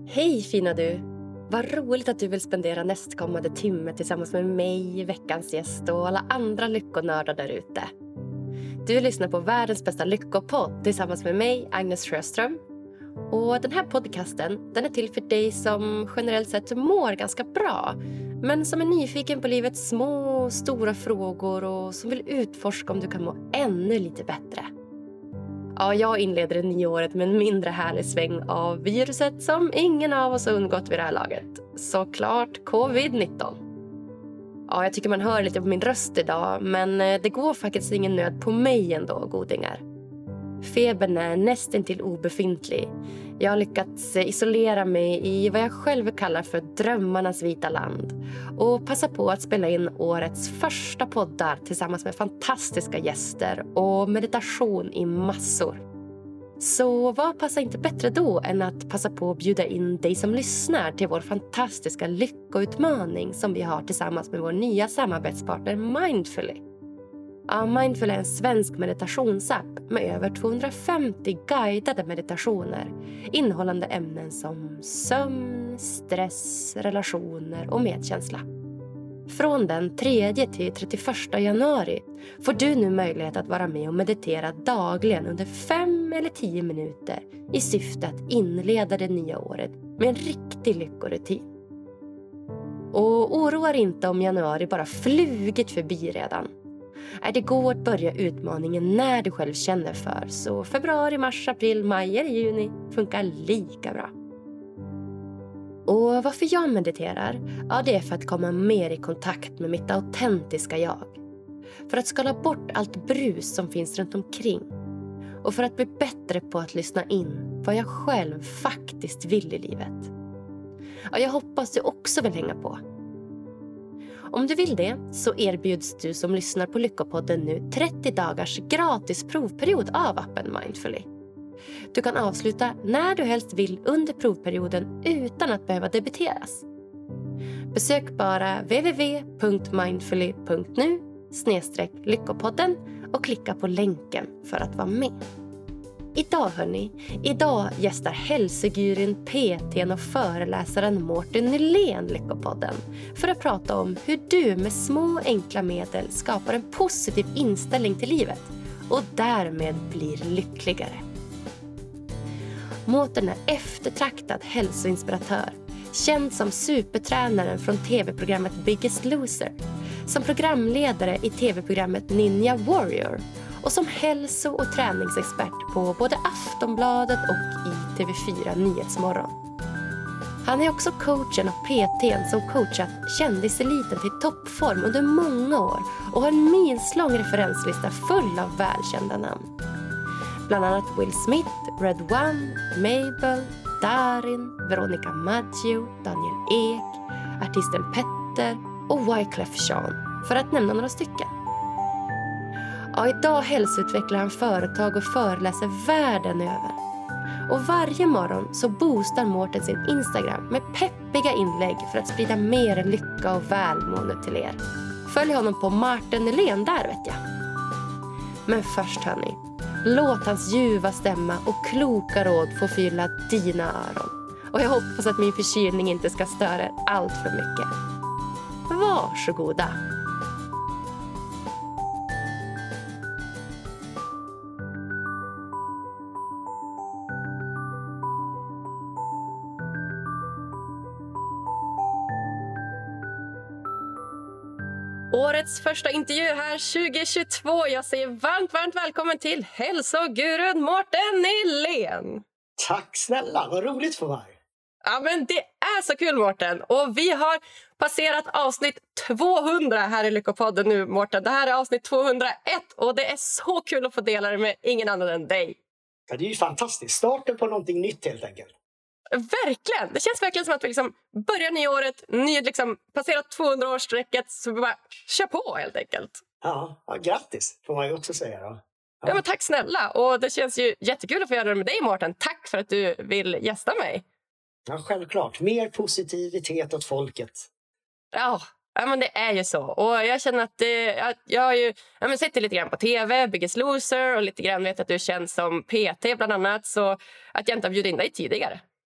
Hej fina du! Vad roligt att du vill spendera nästkommande timme tillsammans med mig, veckans gäst och alla andra lyckonördar där ute. Du lyssnar på världens bästa lyckopodd tillsammans med mig, Agnes Sjöström. Och den här podcasten, den är till för dig som generellt sett mår ganska bra, men som är nyfiken på livets små och stora frågor och som vill utforska om du kan må ännu lite bättre. Ja, jag inleder det nya året med en mindre härlig sväng av viruset som ingen av oss har undgått vid det här laget. Såklart covid-19. Ja, jag tycker man hör lite på min röst idag, men det går faktiskt ingen nöd på mig ändå, godingar. Febern är nästintill obefintlig. Jag har lyckats isolera mig i vad jag själv kallar för drömmarnas vita land och passa på att spela in årets första poddar tillsammans med fantastiska gäster och meditation i massor. Så vad passar inte bättre då än att passa på att bjuda in dig som lyssnar till vår fantastiska lyckoutmaning som vi har tillsammans med vår nya samarbetspartner Mindfully. Ja, Mindfully är en svensk meditationsapp med över 250 guidade meditationer innehållande ämnen som sömn, stress, relationer och medkänsla. Från den 3 till 31 januari får du nu möjlighet att vara med och meditera dagligen under 5 eller 10 minuter i syfte att inleda det nya året med en riktig lyckorutin. Och oroa dig inte om januari bara flugit förbi redan. Det går att börja utmaningen när du själv känner för, så februari, mars, april, maj eller juni funkar lika bra. Och varför jag mediterar? Ja, det är för att komma mer i kontakt med mitt autentiska jag. För att skala bort allt brus som finns runt omkring. Och för att bli bättre på att lyssna in vad jag själv faktiskt vill i livet. Ja, jag hoppas du också vill hänga på. Om du vill det så erbjuds du som lyssnar på Lyckopodden nu 30 dagars gratis provperiod av appen Mindfully. Du kan avsluta när du helst vill under provperioden utan att behöva debiteras. Besök bara www.mindfully.nu/lyckopodden och klicka på länken för att vara med. Idag gästar hälsoguryn, PT:n och föreläsaren Mårten Nylén Lyckopodden för att prata om hur du med små enkla medel skapar en positiv inställning till livet och därmed blir lyckligare. Mårten är eftertraktad hälsoinspiratör, känd som supertränaren från tv-programmet Biggest Loser, som programledare i tv-programmet Ninja Warrior och som hälso- och träningsexpert på både Aftonbladet och i TV4 Nyhetsmorgon. Han är också coachen och PT:n som coachat kändiseliten till toppform under många år och har en milslång referenslista full av välkända namn. Bland annat Will Smith, Red One, Mabel, Darin, Veronica Maggio, Daniel Ek, artisten Petter och Wyclef Jean, för att nämna några stycken. Ja, idag hälsoutvecklar han företag och föreläser världen över. Och varje morgon så boostar Mårten sin Instagram med peppiga inlägg för att sprida mer lycka och välmående till er. Följ honom på Mårten Nylén där, vet jag. Men först hörni, låt hans ljuva stämma och kloka råd få fylla dina öron. Och jag hoppas att min förkylning inte ska störa er allt för mycket. Varsågoda! Årets första intervju här 2022. Jag säger varmt välkommen till hälsogurun Mårten Nylén. Tack snälla, vad roligt för mig. Ja, men det är så kul, Mårten. Och vi har passerat avsnitt 200 här i Lyckopodden nu, Mårten. Det här är avsnitt 201 och det är så kul att få dela det med ingen annan än dig. Ja, det är ju fantastiskt. Starten på någonting nytt helt enkelt. Verkligen. Det känns verkligen som att vi liksom börjar nyåret, passerat 200-årssträcket, så vi bara kör på helt enkelt. Ja, grattis får man ju också säga då. Ja, men tack snälla. Och det känns ju jättekul att få göra det med dig, Mårten. Tack för att du vill gästa mig. Ja, självklart. Mer positivitet åt folket. Ja, men det är ju så. Och jag känner att jag har ju sett det lite grann på tv, Biggest Loser, och lite grann vet att du känns som PT bland annat, så att jag inte har bjudit in dig tidigare.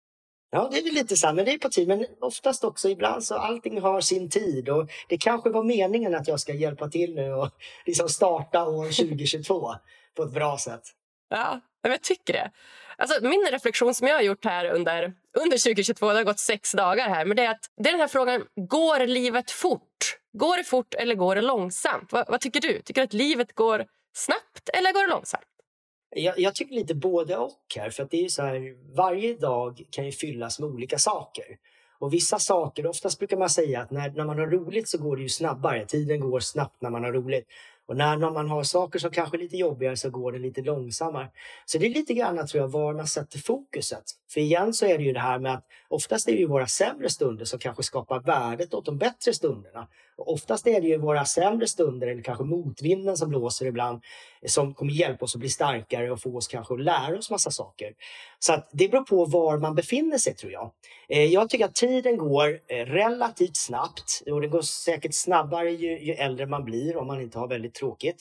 Ja, det är väl lite så, men det är på tid. Men oftast också ibland så allting har sin tid. Och det kanske var meningen att jag ska hjälpa till nu och liksom starta år 2022 på ett bra sätt. Ja, men jag tycker det. Alltså, min reflektion som jag har gjort här under 2022, det har gått 6 dagar här, men det är den här frågan, går livet fort? Går det fort eller går det långsamt? Vad tycker du? Tycker du att livet går snabbt eller går det långsamt? Jag tycker lite både och här, för att det är ju så här, varje dag kan ju fyllas med olika saker. Och vissa saker, oftast brukar man säga att när man har roligt så går det ju snabbare. Tiden går snabbt när man har roligt. Och när man har saker som kanske är lite jobbigare så går det lite långsammare. Så det är lite grann, tror jag, var man sätter fokuset. För igen så är det ju det här med att oftast är det ju våra sämre stunder som kanske skapar värdet åt de bättre stunderna. Och oftast är det ju våra sämre stunder eller kanske motvinden som blåser ibland som kommer hjälpa oss att bli starkare och få oss kanske att lära oss massa saker. Så att det beror på var man befinner sig, tror jag. Jag tycker att tiden går relativt snabbt och det går säkert snabbare ju äldre man blir om man inte har väldigt tråkigt.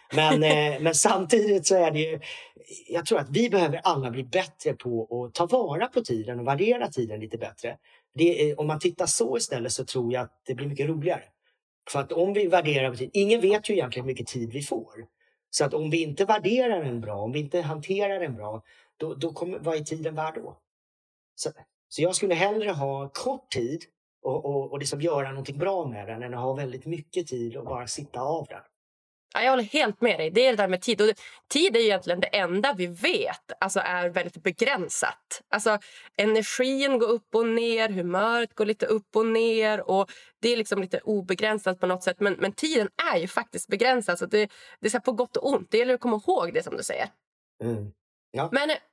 Men samtidigt så är det ju, jag tror att vi behöver alla bli bättre på att ta vara på tiden och värdera tiden lite bättre. Om man tittar så istället så tror jag att det blir mycket roligare. För att om vi värderar på tid, ingen vet ju egentligen hur mycket tid vi får. Så att om vi inte värderar den bra, om vi inte hanterar den bra, då kommer, vad är tiden värd då? Så jag skulle hellre ha kort tid och liksom göra någonting bra med den än att ha väldigt mycket tid och bara sitta av den. Ja, jag håller helt med dig. Det är det där med tid. Och tid är egentligen det enda vi vet, alltså är väldigt begränsat. Alltså energin går upp och ner, humöret går lite upp och ner och det är liksom lite obegränsat på något sätt. Men tiden är ju faktiskt begränsad, så det är så här på gott och ont. Det gäller att komma ihåg det, som du säger. Mm. Ja.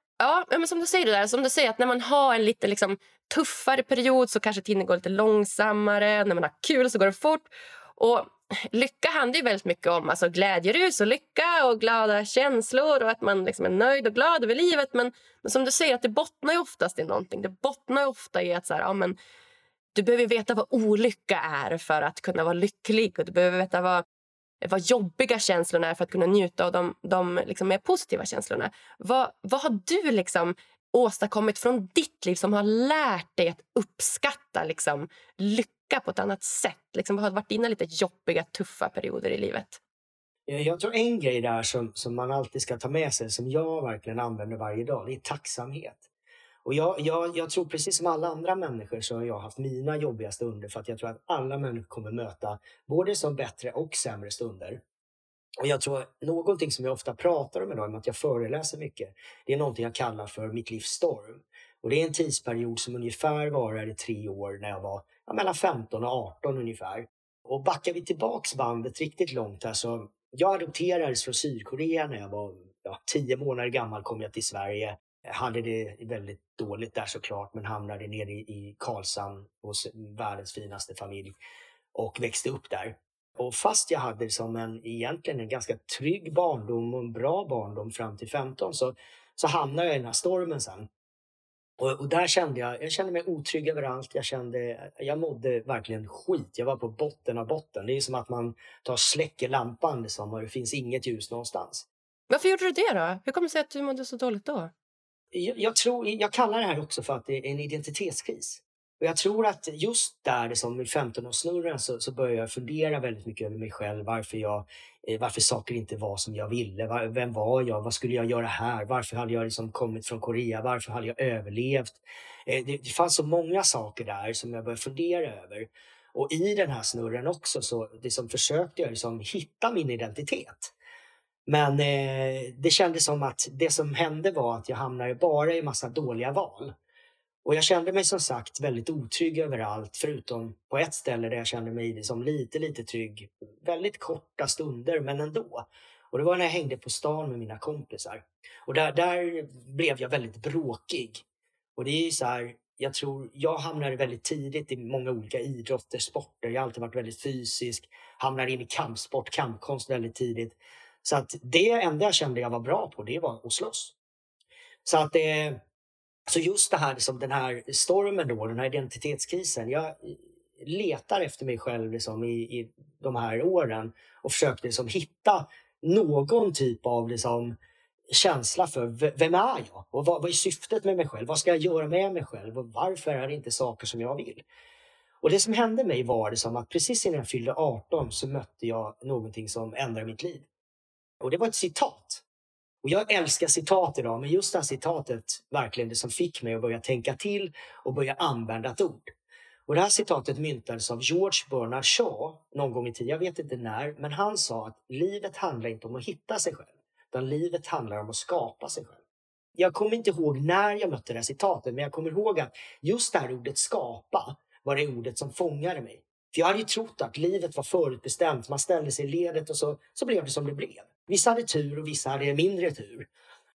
Men som du säger det där, som du säger att när man har en lite liksom tuffare period så kanske tiden går lite långsammare. När man har kul så går det fort. Och lycka handlar ju väldigt mycket om alltså glädjerus och lycka och glada känslor och att man liksom är nöjd och glad över livet. Men som du säger, att det bottnar ju oftast i någonting. Det bottnar ju ofta i att så här, ja, men du behöver veta vad olycka är för att kunna vara lycklig. Och du behöver veta vad jobbiga känslorna är för att kunna njuta av de liksom mer positiva känslorna. Vad har du liksom åstadkommit från ditt liv som har lärt dig att uppskatta liksom lycka på ett annat sätt? Liksom, vad har varit dina lite jobbiga, tuffa perioder i livet? Jag tror en grej där som man alltid ska ta med sig, som jag verkligen använder varje dag, det är tacksamhet. Och jag tror precis som alla andra människor så har jag haft mina jobbiga stunder, för att jag tror att alla människor kommer möta både som bättre och sämre stunder. Och jag tror någonting som jag ofta pratar om idag, med att jag föreläser mycket, det är någonting jag kallar för mitt livs storm. Och det är en tidsperiod som ungefär varar i 3 år när jag var mellan 15 och 18 ungefär. Och backar vi tillbaks bandet riktigt långt här, så jag adopterades från Sydkorea när jag var 10 månader gammal, kom jag till Sverige. Hade det väldigt dåligt där såklart, men hamnade nere i Karlshamn hos världens finaste familj och växte upp där. Och fast jag hade som egentligen en ganska trygg barndom och en bra barndom fram till 15 så hamnade jag i den här stormen sen. Och där jag kände mig otrygg överallt. Jag mådde verkligen skit. Jag var på botten av botten. Det är som att man släcker lampan liksom, och det finns inget ljus någonstans. Varför gjorde du det då? Hur kommer det sig att du mådde så dåligt då? Jag kallar det här också för att det är en identitetskris. Och jag tror att just där som i 15-årssnurren så började jag fundera väldigt mycket över mig själv. Varför saker inte var som jag ville. Vem var jag? Vad skulle jag göra här? Varför hade jag liksom kommit från Korea? Varför hade jag överlevt? Det fanns så många saker där som jag började fundera över. Och i den här snurren också så försökte jag liksom hitta min identitet. Men det kändes som att det som hände var att jag hamnade bara i massa dåliga val. Och jag kände mig som sagt väldigt otrygg överallt, förutom på ett ställe där jag kände mig som lite trygg. Väldigt korta stunder, men ändå. Och det var när jag hängde på stan med mina kompisar. Och där blev jag väldigt bråkig. Och det är ju så här, jag hamnade väldigt tidigt i många olika idrotter, sporter. Jag har alltid varit väldigt fysisk. Hamnade in i kampkonst väldigt tidigt. Så att det enda jag kände jag var bra på, det var att slåss. Så just det här, liksom den här stormen då, den här identitetskrisen. Jag letar efter mig själv liksom i de här åren och försökte liksom hitta någon typ av liksom känsla för vem är jag? Och vad är syftet med mig själv? Vad ska jag göra med mig själv? Och varför är det inte saker som jag vill? Och det som hände mig var det som att precis innan jag fyllde 18 så mötte jag någonting som ändrade mitt liv. Och det var ett citat. Och jag älskar citat idag, men just det här citatet verkligen det som fick mig att börja tänka till och börja använda ett ord. Och det här citatet myntades av George Bernard Shaw någon gång i tiden, jag vet inte när, men han sa att livet handlar inte om att hitta sig själv, utan livet handlar om att skapa sig själv. Jag kommer inte ihåg när jag mötte det här citatet, men jag kommer ihåg att just det här ordet skapa var det ordet som fångade mig. För jag hade ju trott att livet var förutbestämt, man ställde sig i ledet och så blev det som det blev. Vissa hade tur och vissa hade mindre tur.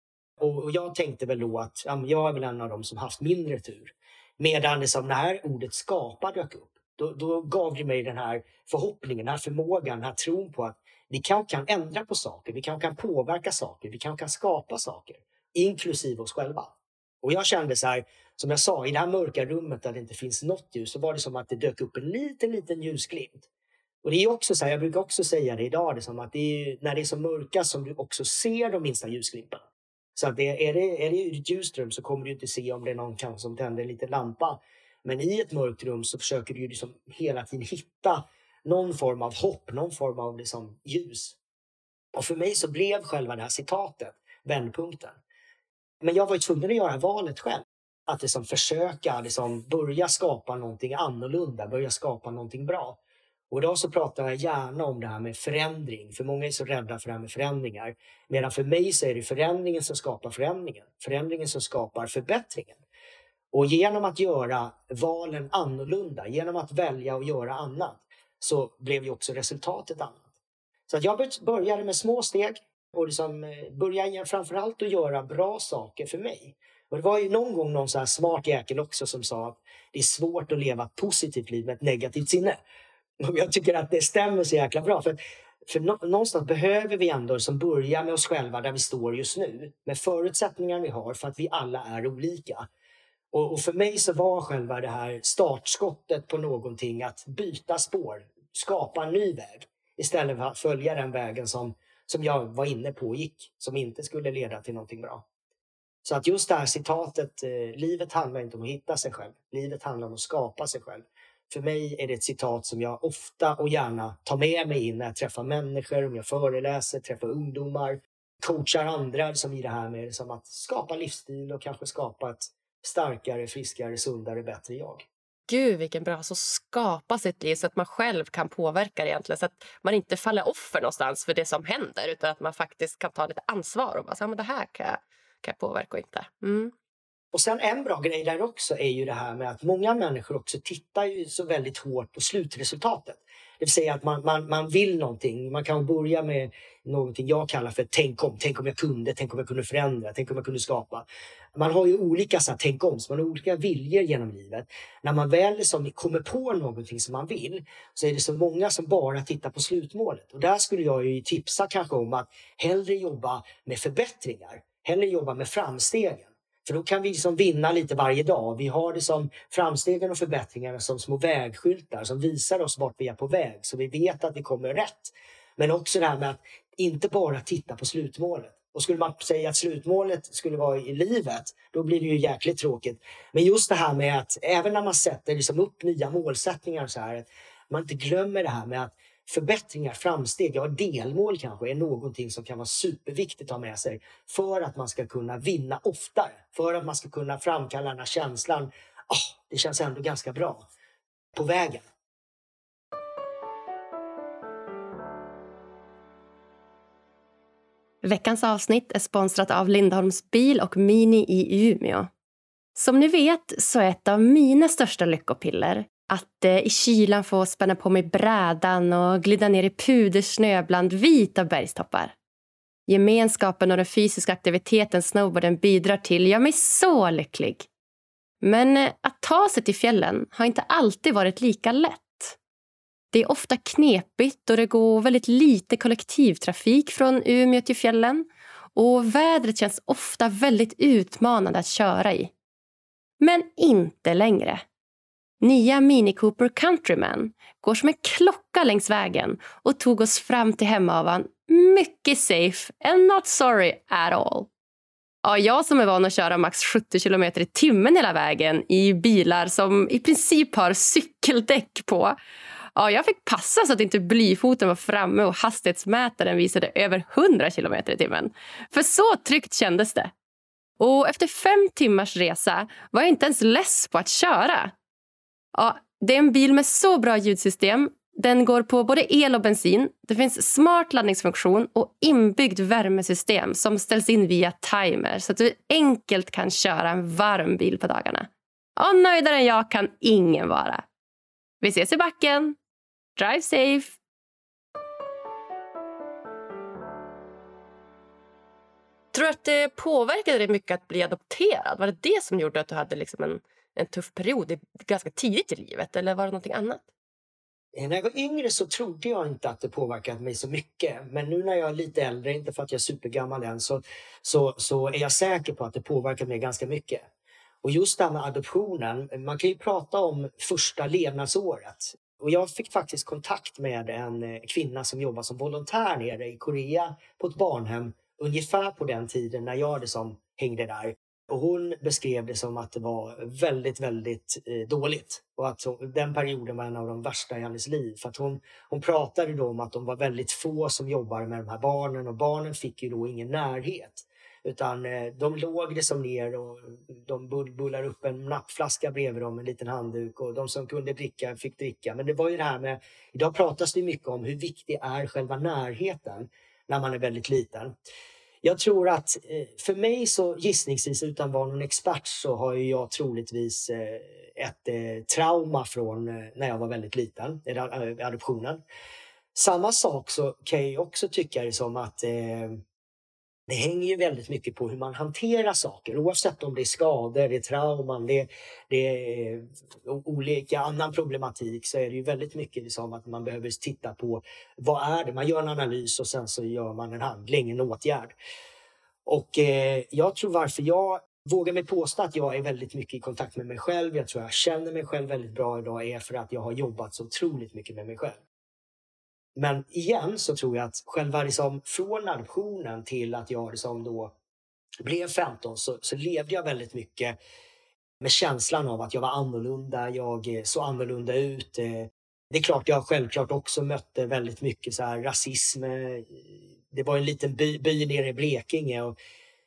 Och jag tänkte väl då att jag är väl en av dem som haft mindre tur. Medan det som när ordet skapa dök upp, då gav det mig den här förhoppningen, den här förmågan, den här tron på att vi kanske kan ändra på saker, vi kanske kan påverka saker, vi kanske kan skapa saker, inklusive oss själva. Och jag kände så här, som jag sa, i det här mörka rummet där det inte finns något ljus, så var det som att det dök upp en liten ljusglimt. Och det är också så här, jag brukar också säga det idag, det är som att det är när det är så mörka som du också ser de minsta ljusglimparna. Så att är det ett ljust rum så kommer du inte se om det är någon kanske som tänder en liten lampa. Men i ett mörkt rum så försöker du liksom hela tiden hitta någon form av hopp, någon form av liksom ljus. Och för mig så blev själva det här citatet vändpunkten. Men jag var ju tvungen att göra valet själv. Att liksom försöka liksom börja skapa någonting annorlunda, börja skapa någonting bra. Och idag så pratar jag gärna om det här med förändring. För många är så rädda för det här med förändringar. Medan för mig så är det förändringen som skapar förändringen. Förändringen som skapar förbättringen. Och genom att göra valen annorlunda, genom att välja och göra annat, så blev ju också resultatet annat. Så att jag började med små steg och liksom började framförallt att göra bra saker för mig. Och det var ju någon gång någon så här smart jäkel också som sa att det är svårt att leva ett positivt liv med ett negativt sinne. Och jag tycker att det stämmer så jäkla bra. För någonstans behöver vi ändå som börja med oss själva där vi står just nu. Med förutsättningar vi har för att vi alla är olika. Och för mig så var själva det här startskottet på någonting att byta spår. Skapa en ny väg. Istället för att följa den vägen som jag var inne på och gick. Som inte skulle leda till någonting bra. Så att just det här citatet, livet handlar inte om att hitta sig själv. Livet handlar om att skapa sig själv. För mig är det ett citat som jag ofta och gärna tar med mig in när jag träffar människor, om jag föreläser, träffar ungdomar, coachar andra som i det här med som att skapa livsstil och kanske skapa ett starkare, friskare, sundare, bättre jag. Gud, vilken bra, så skapa sitt liv så att man själv kan påverka det egentligen. Så att man inte faller offer någonstans för det som händer, utan att man faktiskt kan ta lite ansvar och bara säga, men det här kan jag påverka och inte. Mm. Och sen en bra grej där också är ju det här med att många människor också tittar ju så väldigt hårt på slutresultatet. Det vill säga att man vill någonting. Man kan börja med någonting jag kallar för tänk om jag kunde förändra, tänk om jag kunde skapa. Man har ju olika så här, tänk om, man har olika viljor genom livet. När man väl som kommer på någonting som man vill så är det så många som bara tittar på slutmålet. Och där skulle jag ju tipsa kanske om att hellre jobba med förbättringar, hellre jobba med framstegen. För då kan vi liksom vinna lite varje dag. Vi har det som framstegen och förbättringarna som små vägskyltar som visar oss vart vi är på väg. Så vi vet att vi kommer rätt. Men också det här med att inte bara titta på slutmålet. Och skulle man säga att slutmålet skulle vara i livet, då blir det ju jäkligt tråkigt. Men just det här med att även när man sätter liksom upp nya målsättningar så här, att man inte glömmer det här med att förbättringar, framsteg, delmål kanske är någonting som kan vara superviktigt att ha med sig för att man ska kunna vinna oftare. För att man ska kunna framkalla den här känslan, det känns ändå ganska bra på vägen. Veckans avsnitt är sponsrat av Lindholms bil och Mini i Umeå. Som ni vet så är ett av mina största lyckopiller att i kylan få spänna på mig brädan och glida ner i pudersnö bland vita bergstoppar. Gemenskapen och den fysiska aktiviteten snowboarden bidrar till gör mig så lycklig. Men att ta sig till fjällen har inte alltid varit lika lätt. Det är ofta knepigt och det går väldigt lite kollektivtrafik från Umeå till fjällen. Och vädret känns ofta väldigt utmanande att köra i. Men inte längre. Nya Mini Cooper Countryman går som en klocka längs vägen och tog oss fram till Hemavan mycket safe and not sorry at all. Ja, jag som är van att köra max 70 km i timmen hela vägen i bilar som i princip har cykeldäck på. Ja, jag fick passa så att inte blyfoten var framme och hastighetsmätaren visade över 100 km i timmen. För så tryggt kändes det. Och efter 5 timmars resa var jag inte ens less på att köra. Ja, det är en bil med så bra ljudsystem. Den går på både el och bensin. Det finns smart laddningsfunktion och inbyggd värmesystem som ställs in via timer så att du enkelt kan köra en varm bil på dagarna. Ja, nöjdare än jag kan ingen vara. Vi ses i backen. Drive safe! Tror du att det påverkade dig mycket att bli adopterad? Var det som gjorde att du hade liksom en tuff period ganska tidigt i livet? Eller var det någonting annat? När jag var yngre så trodde jag inte att det påverkat mig så mycket. Men nu när jag är lite äldre, inte för att jag är supergammal än, så är jag säker på att det påverkar mig ganska mycket. Och just det här med adoptionen, man kan ju prata om första levnadsåret. Och jag fick faktiskt kontakt med en kvinna som jobbar som volontär nere i Korea på ett barnhem ungefär på den tiden när jag hängde där. Och hon beskrev det som att det var väldigt, väldigt dåligt. Och att den perioden var en av de värsta i hennes liv. För att hon pratade då om att de var väldigt få som jobbade med de här barnen. Och barnen fick ju då ingen närhet. Utan de låg ner och de bullar upp en nappflaska bredvid dem, en liten handduk. Och de som kunde dricka fick dricka. Men det var ju det här med, idag pratas det mycket om hur viktig är själva närheten när man är väldigt liten. Jag tror att för mig så gissningsvis utan att vara någon expert så har jag troligtvis ett trauma från när jag var väldigt liten, adoptionen. Samma sak så kan jag också tycka det som att det hänger ju väldigt mycket på hur man hanterar saker. Oavsett om det är skador, det är trauman, det är olika annan problematik, så är det ju väldigt mycket som att man behöver titta på vad är det. Man gör en analys och sen så gör man en handling, en åtgärd. Och jag tror varför jag vågar mig påstå att jag är väldigt mycket i kontakt med mig själv. Jag tror jag känner mig själv väldigt bra idag är för att jag har jobbat så otroligt mycket med mig själv. Men igen så tror jag att själva från adoptionen till att jag då blev 15 så levde jag väldigt mycket med känslan av att jag var annorlunda. Jag såg annorlunda ut. Det är klart jag självklart också mötte väldigt mycket så här rasism. Det var en liten by nere i Blekinge och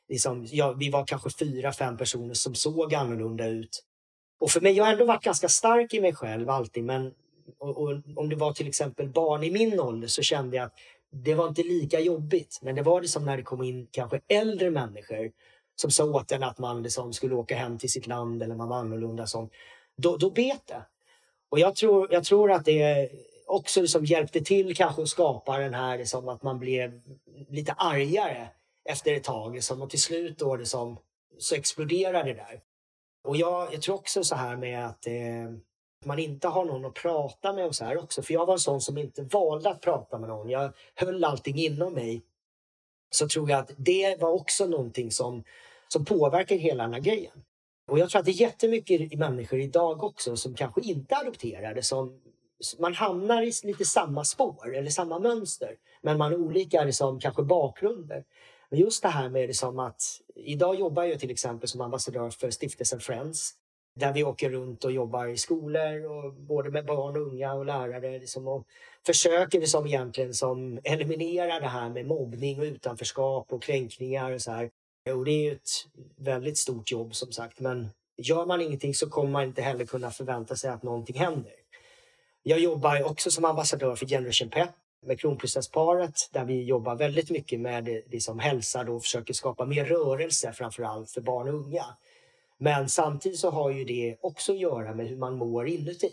vi var kanske 4-5 personer som såg annorlunda ut. Och för mig, jag har ändå varit ganska stark i mig själv alltid, men och om det var till exempel barn i min ålder så kände jag att det var inte lika jobbigt. Men det var det som när det kom in kanske äldre människor som sa åt en att man skulle åka hem till sitt land eller man var annorlunda. Då bet det. Och jag tror att det också hjälpte till kanske att skapa den här att man blev lite argare efter ett tag. Och till slut då så exploderade det där. Och jag tror också så här med att man inte har någon att prata med och så här också. För jag var en sån som inte valde att prata med någon. Jag höll allting inom mig. Så tror jag att det var också någonting som påverkar hela den här grejen. Och jag tror att det är jättemycket människor idag också som kanske inte är adopterade. Man hamnar i lite samma spår eller samma mönster. Men man har olika kanske bakgrunder. Men just det här med att idag jobbar jag till exempel som ambassadör för stiftelsen Friends. Där vi åker runt och jobbar i skolor och både med barn och unga och lärare och försöker egentligen eliminera det här med mobbning och utanförskap och kränkningar och så här. Och det är ju ett väldigt stort jobb som sagt, men gör man ingenting så kommer man inte heller kunna förvänta sig att någonting händer. Jag jobbar också som ambassadör för Generation Pep med kronprinsessparet där vi jobbar väldigt mycket med det som hälsa och försöker skapa mer rörelse framförallt för barn och unga. Men samtidigt så har ju det också att göra med hur man mår inuti.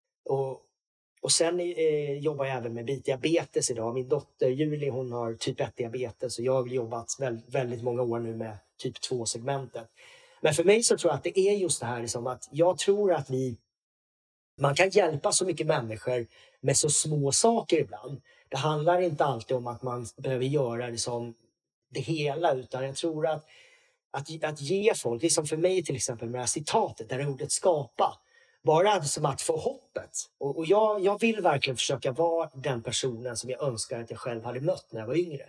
Och sen jobbar jag även med diabetes idag. Min dotter Julie, hon har typ 1-diabetes och jag har jobbat väldigt många år nu med typ 2-segmentet. Men för mig så tror jag att det är just det här att jag tror att man kan hjälpa så mycket människor med så små saker ibland. Det handlar inte alltid om att man behöver göra det hela, utan jag tror att ge folk, det är som för mig till exempel med det här citatet, där ordet skapa. bara som att få hoppet. Och jag vill verkligen försöka vara den personen som jag önskar att jag själv hade mött när jag var yngre.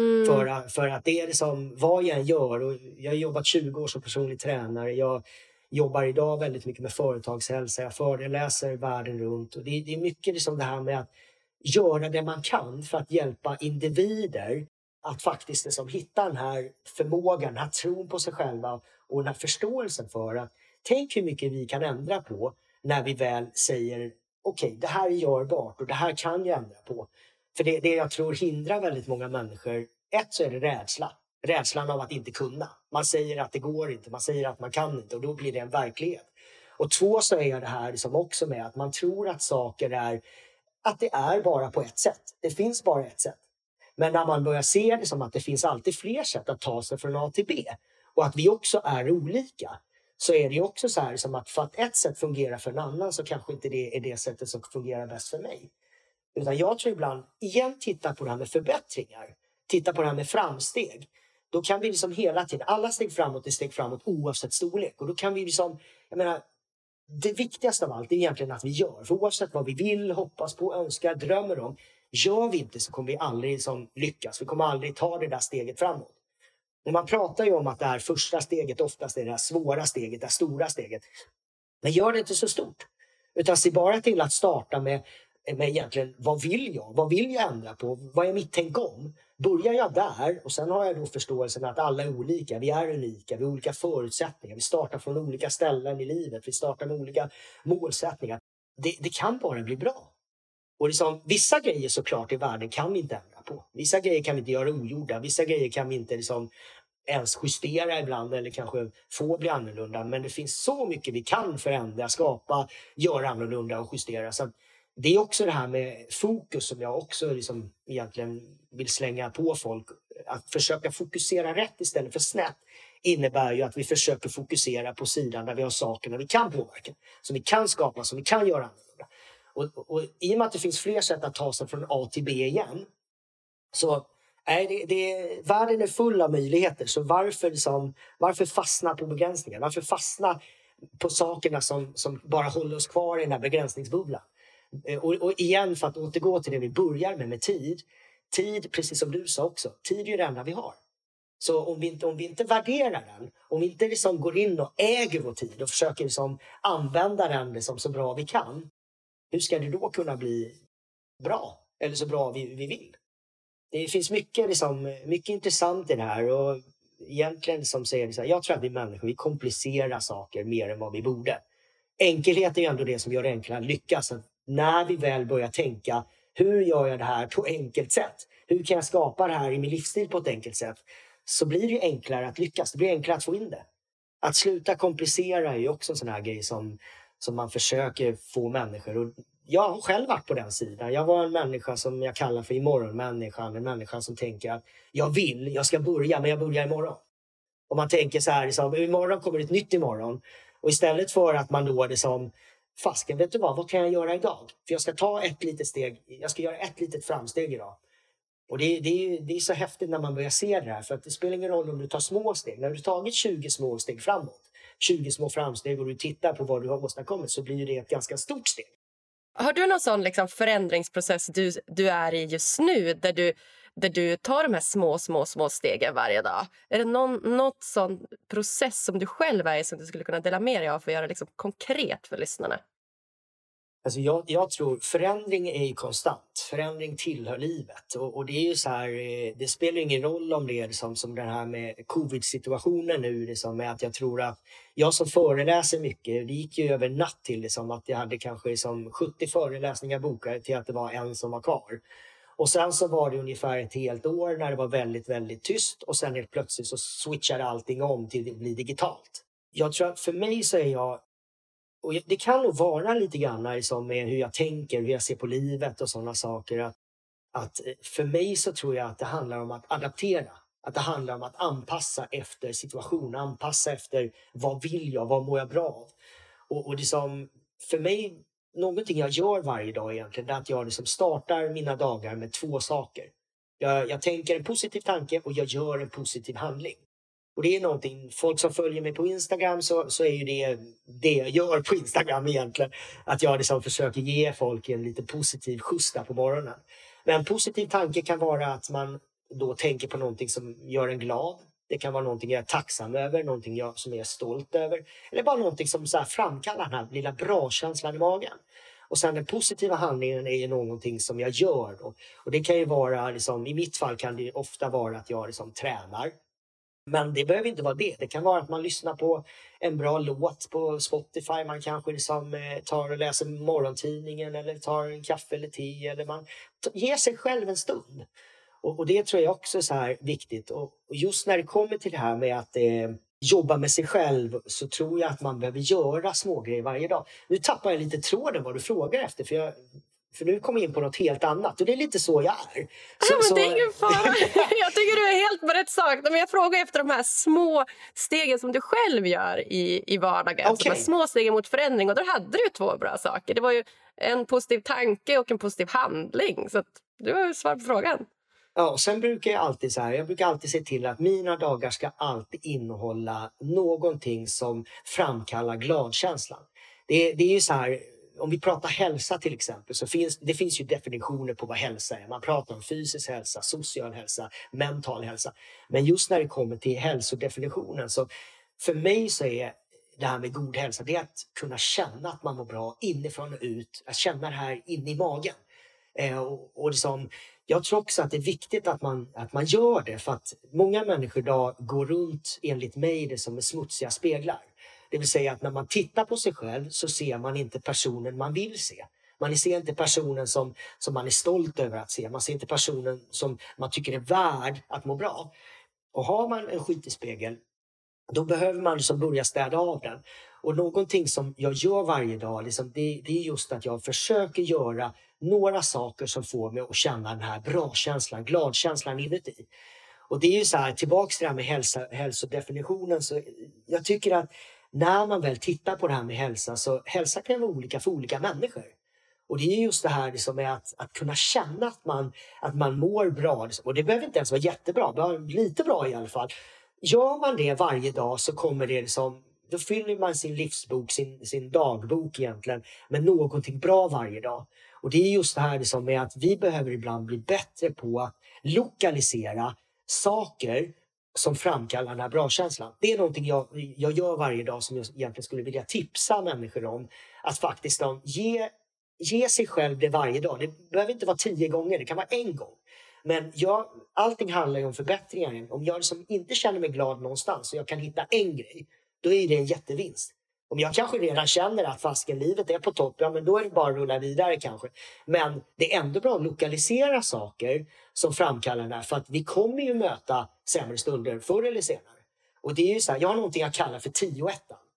För att det är liksom vad jag än gör. Och jag har jobbat 20 år som personlig tränare. Jag jobbar idag väldigt mycket med företagshälsa. Jag föreläser världen runt. Och det är mycket liksom det här med att göra det man kan för att hjälpa individer att faktiskt liksom hitta den här förmågan, den här tron på sig själva och den här förståelsen för att tänk hur mycket vi kan ändra på när vi väl säger okej, det här är görbart och det här kan jag ändra på. För det jag tror hindrar väldigt många människor, ett så är det rädsla. Rädslan av att inte kunna. Man säger att det går inte, man säger att man kan inte och då blir det en verklighet. Och två så är det här liksom också med att man tror att saker är, att det är bara på ett sätt. Det finns bara ett sätt. Men när man börjar se det som att det finns alltid fler sätt att ta sig från A till B och att vi också är olika, så är det också så här som att för att ett sätt fungerar för en annan så kanske inte det är det sättet som fungerar bäst för mig. Utan jag tror ibland, igen titta på det här med förbättringar. Titta på det här med framsteg. Då kan vi liksom hela tiden, alla steg framåt är steg framåt oavsett storlek. Och då kan vi liksom, jag menar, det viktigaste av allt är egentligen att vi gör. För oavsett vad vi vill, hoppas på, önskar, drömmer om. Gör vi inte så kommer vi aldrig liksom lyckas. Vi kommer aldrig ta det där steget framåt. Och man pratar ju om att det här första steget oftast är det här svåra steget, det här stora steget. Men gör det inte så stort. Utan se bara till att starta med egentligen, vad vill jag? Vad vill jag ändra på? Vad är mitt tänk om? Börjar jag där och sen har jag då förståelsen att alla är olika. Vi är unika, vi har olika förutsättningar. Vi startar från olika ställen i livet. Vi startar med olika målsättningar. Det kan bara bli bra. Och liksom, vissa grejer såklart i världen kan vi inte ändra på. Vissa grejer kan vi inte göra ogjorda. Vissa grejer kan vi inte liksom ens justera ibland eller kanske få bli annorlunda. Men det finns så mycket vi kan förändra, skapa, göra annorlunda och justera. Så det är också det här med fokus som jag också liksom egentligen vill slänga på folk. Att försöka fokusera rätt istället för snett innebär ju att vi försöker fokusera på sidan där vi har sakerna vi kan påverka. Som vi kan skapa, som vi kan göra annorlunda. Och i och med att det finns fler sätt att ta sig från A till B igen, så världen är full av möjligheter. Så varför fastna på begränsningar? Varför fastna på sakerna som bara håller oss kvar i den här begränsningsbubblan? Och igen, för att återgå till det vi börjar med tid. Tid, precis som du sa också, tid är ju det enda vi har. Så om vi inte värderar den, om vi inte liksom går in och äger vår tid och försöker liksom använda den liksom så bra vi kan, hur ska det då kunna bli bra? Eller så bra vi vill? Det finns mycket intressant i det här. Och egentligen som säger det så här, jag tror att vi människor, vi komplicerar saker mer än vad vi borde. Enkelhet är ju ändå det som gör det enklare att lyckas. Att när vi väl börjar tänka, hur gör jag det här på enkelt sätt? Hur kan jag skapa det här i min livsstil på ett enkelt sätt? Så blir det enklare att lyckas. Det blir enklare att få in det. Att sluta komplicera är ju också en sån här grej som man försöker få människor. Och jag har själv varit på den sidan. Jag var en människa som jag kallar för imorgonmänniskan. En människa som tänker att jag ska börja, men jag börjar imorgon. Och man tänker så här, liksom, imorgon kommer ett nytt imorgon. Och istället för att man då fasken, vet du vad kan jag göra idag? För jag ska ta ett litet steg, jag ska göra ett litet framsteg idag. Och det är så häftigt när man börjar se det här. För att det spelar ingen roll om du tar små steg. När du tagit 20 små steg framåt, 20 små framsteg och du tittar på vad du har åstadkommit, så blir det ett ganska stort steg. Har du någon sån liksom förändringsprocess du är i just nu där du tar de här små stegen varje dag? Är det något sån process som du själv är i som du skulle kunna dela med dig av för att göra liksom konkret för lyssnarna? Alltså jag tror förändring är ju konstant. Förändring tillhör livet. Och det är ju så här, det spelar ingen roll om det är som den här med covid-situationen nu. Med att jag tror att jag som föreläser mycket, det gick ju över natt till att jag hade kanske 70 föreläsningar bokade till att det var en som var kvar. Och sen så var det ungefär ett helt år när det var väldigt, väldigt tyst. Och sen helt plötsligt så switchade allting om till att bli digitalt. Jag tror att för mig så är jag, och det kan nog vara lite grann med hur jag tänker, hur jag ser på livet och sådana saker. Att för mig så tror jag att det handlar om att adaptera. Att det handlar om att anpassa efter situationen, anpassa efter vad vill jag, vad mår jag bra av. Och för mig, någonting jag gör varje dag egentligen, är att jag startar mina dagar med 2 saker. Jag tänker en positiv tanke och jag gör en positiv handling. Och det är någonting, folk som följer mig på Instagram så är ju det jag gör på Instagram egentligen. Att jag liksom försöker ge folk en lite positiv skjuts där på morgonen. Men en positiv tanke kan vara att man då tänker på någonting som gör en glad. Det kan vara någonting jag är tacksam över, någonting som jag är stolt över. Eller bara någonting som så här framkallar den här lilla bra-känslan i magen. Och sen den positiva handlingen är ju någonting som jag gör då. Och det kan ju vara, liksom, i mitt fall kan det ofta vara att jag liksom tränar. Men det behöver inte vara det. Det kan vara att man lyssnar på en bra låt på Spotify. Man kanske liksom tar och läser morgontidningen eller tar en kaffe eller te. Eller man ger sig själv en stund. Och det tror jag också är så här viktigt. Och just när det kommer till det här med att jobba med sig själv så tror jag att man behöver göra smågrejer varje dag. Nu tappar jag lite tråden vad du frågar efter för nu kommer jag in på något helt annat och det är lite så jag är. Men det är ingen fara. Jag tycker du är helt på rätt sak. Men jag frågar efter de här små stegen som du själv gör i vardagen. Okay. De här små stegen mot förändring. Och då hade du 2 bra saker. Det var ju en positiv tanke och en positiv handling. Så att du har ju svar på frågan. Ja, och sen brukar jag brukar alltid se till att mina dagar ska alltid innehålla någonting som framkallar gladkänslan. Det är ju så här, om vi pratar hälsa till exempel så finns ju definitioner på vad hälsa är. Man pratar om fysisk hälsa, social hälsa, mental hälsa. Men just när det kommer till hälsodefinitionen så för mig så är det här med god hälsa, det är att kunna känna att man mår bra inifrån och ut. Att känna det här inne i magen. Och liksom, jag tror också att det är viktigt att man gör det för att många människor idag går runt enligt mig det som är smutsiga speglar. Det vill säga att när man tittar på sig själv så ser man inte personen man vill se. Man ser inte personen som man är stolt över att se. Man ser inte personen som man tycker är värd att må bra. Och har man en skitig spegel då behöver man liksom börja städa av den. Och någonting som jag gör varje dag liksom, det är just att jag försöker göra några saker som får mig att känna den här bra-känslan, gladkänslan inuti. Och det är ju så här, tillbaks till det här med hälsodefinitionen så jag tycker att när man väl tittar på det här med hälsa så hälsa kan vara olika för olika människor. Och det är just det här liksom med att kunna känna att man mår bra. Liksom. Och det behöver inte ens vara jättebra, bara lite bra i alla fall. Gör man det varje dag så kommer det liksom, då fyller man sin livsbok, sin dagbok egentligen med någonting bra varje dag. Och det är just det här liksom med att vi behöver ibland bli bättre på att lokalisera saker som framkallar den här bra-känslan. Det är någonting jag gör varje dag som jag egentligen skulle vilja tipsa människor om. Att faktiskt ge sig själv det varje dag. Det behöver inte vara 10 gånger, det kan vara 1 gång. Men allting handlar ju om förbättringar. Om jag liksom inte känner mig glad någonstans och jag kan hitta en grej, då är det en jättevinst. Om jag kanske redan känner att fasken livet är på topp, ja men då är det bara att rulla vidare kanske. Men det är ändå bra att lokalisera saker som framkallar den här. För att vi kommer ju möta sämre stunder förr eller senare. Och det är ju så här, jag har någonting jag kallar för 10-1.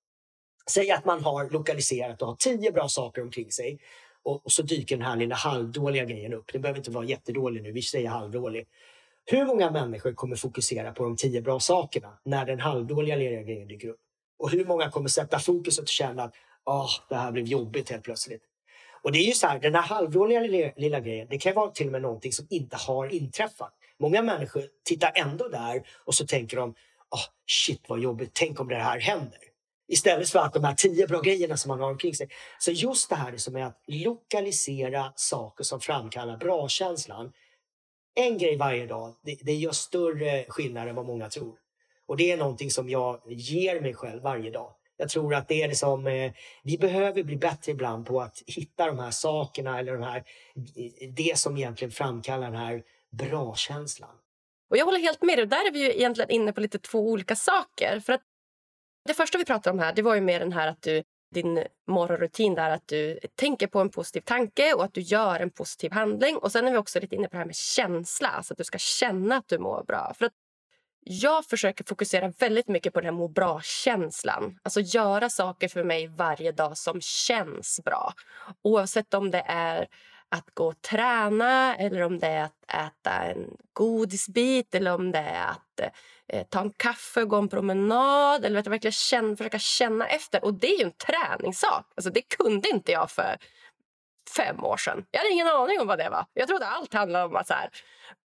Säg att man har lokaliserat och har 10 bra saker omkring sig. Och så dyker den här lilla halvdåliga grejen upp. Det behöver inte vara jättedålig nu, vi säger halvdålig. Hur många människor kommer fokusera på de 10 bra sakerna när den halvdåliga lilla grejen dyker upp? Och hur många kommer sätta fokus och känna att det här blev jobbigt helt plötsligt. Och det är ju så här, den här halvdåliga lilla grejen, det kan vara till och med någonting som inte har inträffat. Många människor tittar ändå där och så tänker de, shit vad jobbigt, tänk om det här händer. Istället för att de här 10 bra grejerna som man har omkring sig. Så just det här som är att lokalisera saker som framkallar bra-känslan. En grej varje dag, det gör större skillnad än vad många tror. Och det är någonting som jag ger mig själv varje dag. Jag tror att det är liksom, vi behöver bli bättre ibland på att hitta de här sakerna eller det som egentligen framkallar den här bra-känslan. Och jag håller helt med dig. Där är vi ju egentligen inne på lite 2 olika saker. För att det första vi pratade om här, det var ju mer den här att din morgonrutin där, att du tänker på en positiv tanke och att du gör en positiv handling. Och sen är vi också lite inne på det här med känsla, alltså att du ska känna att du mår bra. För att jag försöker fokusera väldigt mycket på den här må bra-känslan. Alltså göra saker för mig varje dag som känns bra. Oavsett om det är att gå och träna eller om det är att äta en godisbit eller om det är att ta en kaffe och gå en promenad eller att verkligen försöka känna efter. Och det är ju en träningssak. Alltså det kunde inte jag för 5 år sedan. Jag hade ingen aning om vad det var. Jag trodde allt handlade om att så här,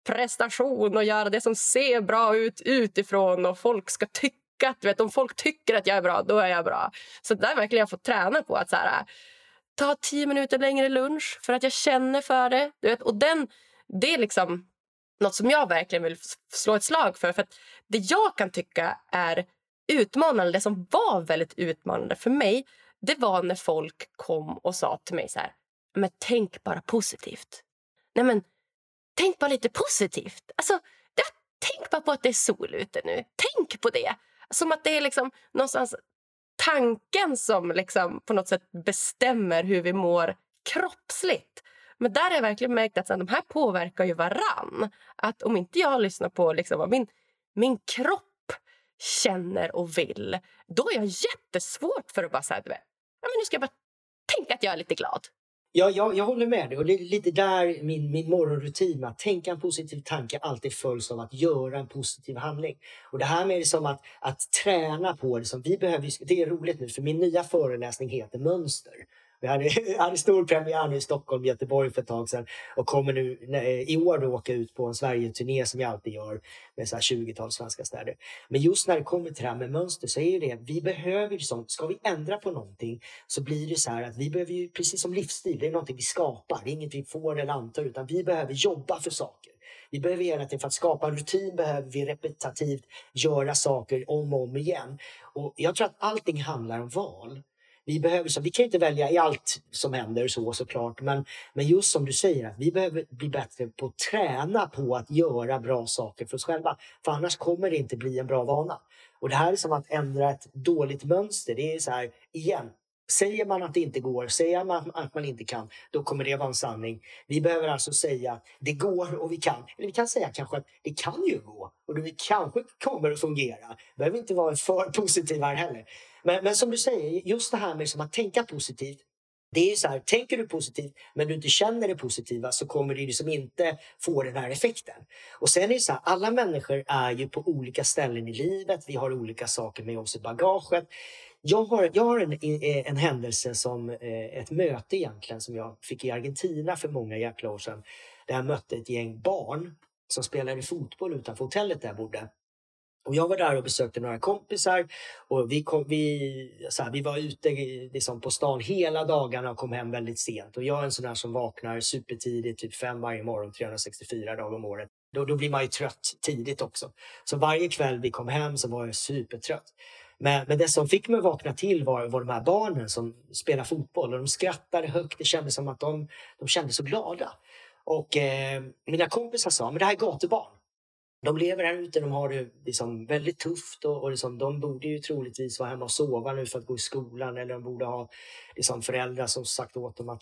prestation och göra det som ser bra ut utifrån och folk ska tycka att, du vet, om folk tycker att jag är bra, då är jag bra. Så där verkligen jag får träna på att så här, ta 10 minuter längre lunch för att jag känner för det, du vet, och det är liksom något som jag verkligen vill slå ett slag för att det jag kan tycka är utmanande, det som var väldigt utmanande för mig, det var när folk kom och sa till mig så här: men tänk bara positivt. Nej, men tänk bara lite positivt. Alltså, tänk bara på att det är sol ute nu. Tänk på det. Som att det är liksom någonstans tanken som liksom på något sätt bestämmer hur vi mår kroppsligt. Men där har jag verkligen märkt att de här påverkar ju varann. Att om inte jag lyssnar på liksom vad min kropp känner och vill, då är jag jättesvårt för att bara säga, men nu ska jag bara tänka att jag är lite glad. Ja, jag håller med dig. Och det är lite där min morgonrutin med att tänka en positiv tanke alltid följs av att göra en positiv handling. Och det här med liksom att träna på det som vi behöver. Det är roligt nu för min nya föreläsning heter Mönster. Jag hade stor premiär nu i Stockholm, Göteborg för ett tag sedan och kommer nu i år då åka ut på en Sverige-turné som jag alltid gör med så här 20-tal svenska städer. Men just när det kommer till det här med mönster så är ju det, vi behöver ju sånt, ska vi ändra på någonting så blir det så här att vi behöver ju, precis som livsstil, det är någonting vi skapar, det är inget vi får eller antar utan vi behöver jobba för saker. Vi behöver hela tiden, för att skapa en rutin behöver vi repetitivt göra saker om och om igen. Och jag tror att allting handlar om val. Vi kan inte välja i allt som händer såklart, men just som du säger att vi behöver bli bättre på att träna på att göra bra saker för oss själva. För annars kommer det inte bli en bra vana. Och det här är som att ändra ett dåligt mönster. Det är så här, igen, säger man att det inte går, säger man att man inte kan, då kommer det vara en sanning. Vi behöver alltså säga att det går och vi kan. Eller vi kan säga kanske att det kan ju gå och det kanske kommer att fungera. Det behöver inte vara för positiv här heller. Men som du säger, just det här med som att tänka positivt. Det är så här, tänker du positivt men du inte känner det positiva så kommer du liksom inte få den här effekten. Och sen är det så här, alla människor är ju på olika ställen i livet. Vi har olika saker med oss i bagaget. Jag har en händelse som ett möte egentligen som jag fick i Argentina för många jäkla år sedan. Där jag mötte ett gäng barn som spelade fotboll utanför hotellet där jag bodde. Och jag var där och besökte några kompisar och vi var ute liksom på stan hela dagarna och kom hem väldigt sent. Och jag är en sån där som vaknar supertidigt, typ 5 varje morgon, 364 dagar om året. Då blir man ju trött tidigt också. Så varje kväll vi kom hem så var jag supertrött. Men det som fick mig att vakna till var de här barnen som spelar fotboll. Och de skrattade högt, det kändes som att de kände så glada. Och mina kompisar sa, men det här är gatubarn. De lever här ute, de har det liksom väldigt tufft och liksom, de borde ju troligtvis vara hemma och sova nu för att gå i skolan. Eller de borde ha liksom, föräldrar som sagt åt dem att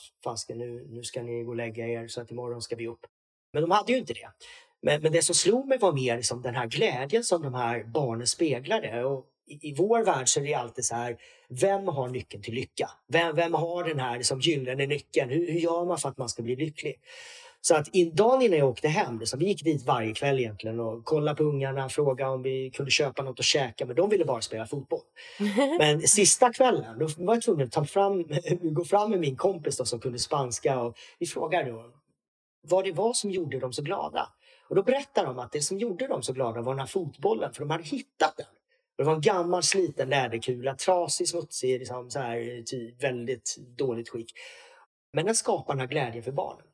nu ska ni gå och lägga er så att imorgon ska vi upp. Men de hade ju inte det. Men det som slog mig var mer liksom, den här glädjen som de här barnen speglade. Och i vår värld så är det alltid så här, vem har nyckeln till lycka? Vem har den här liksom, gyllene nyckeln? Hur gör man för att man ska bli lycklig? Så att dagen innan jag åkte hem, vi gick dit varje kväll egentligen och kollade på ungarna, frågade om vi kunde köpa något att käka, men de ville bara spela fotboll. Men sista kvällen, då var jag tvungen att gå fram med min kompis då, som kunde spanska och vi frågade då vad det var som gjorde dem så glada. Och då berättade de att det som gjorde dem så glada var den här fotbollen, för de hade hittat den. Det var en gammal sliten läderkula, trasig, smutsig, liksom så här, väldigt dåligt skick. Men den skapar den här glädjen för barnen.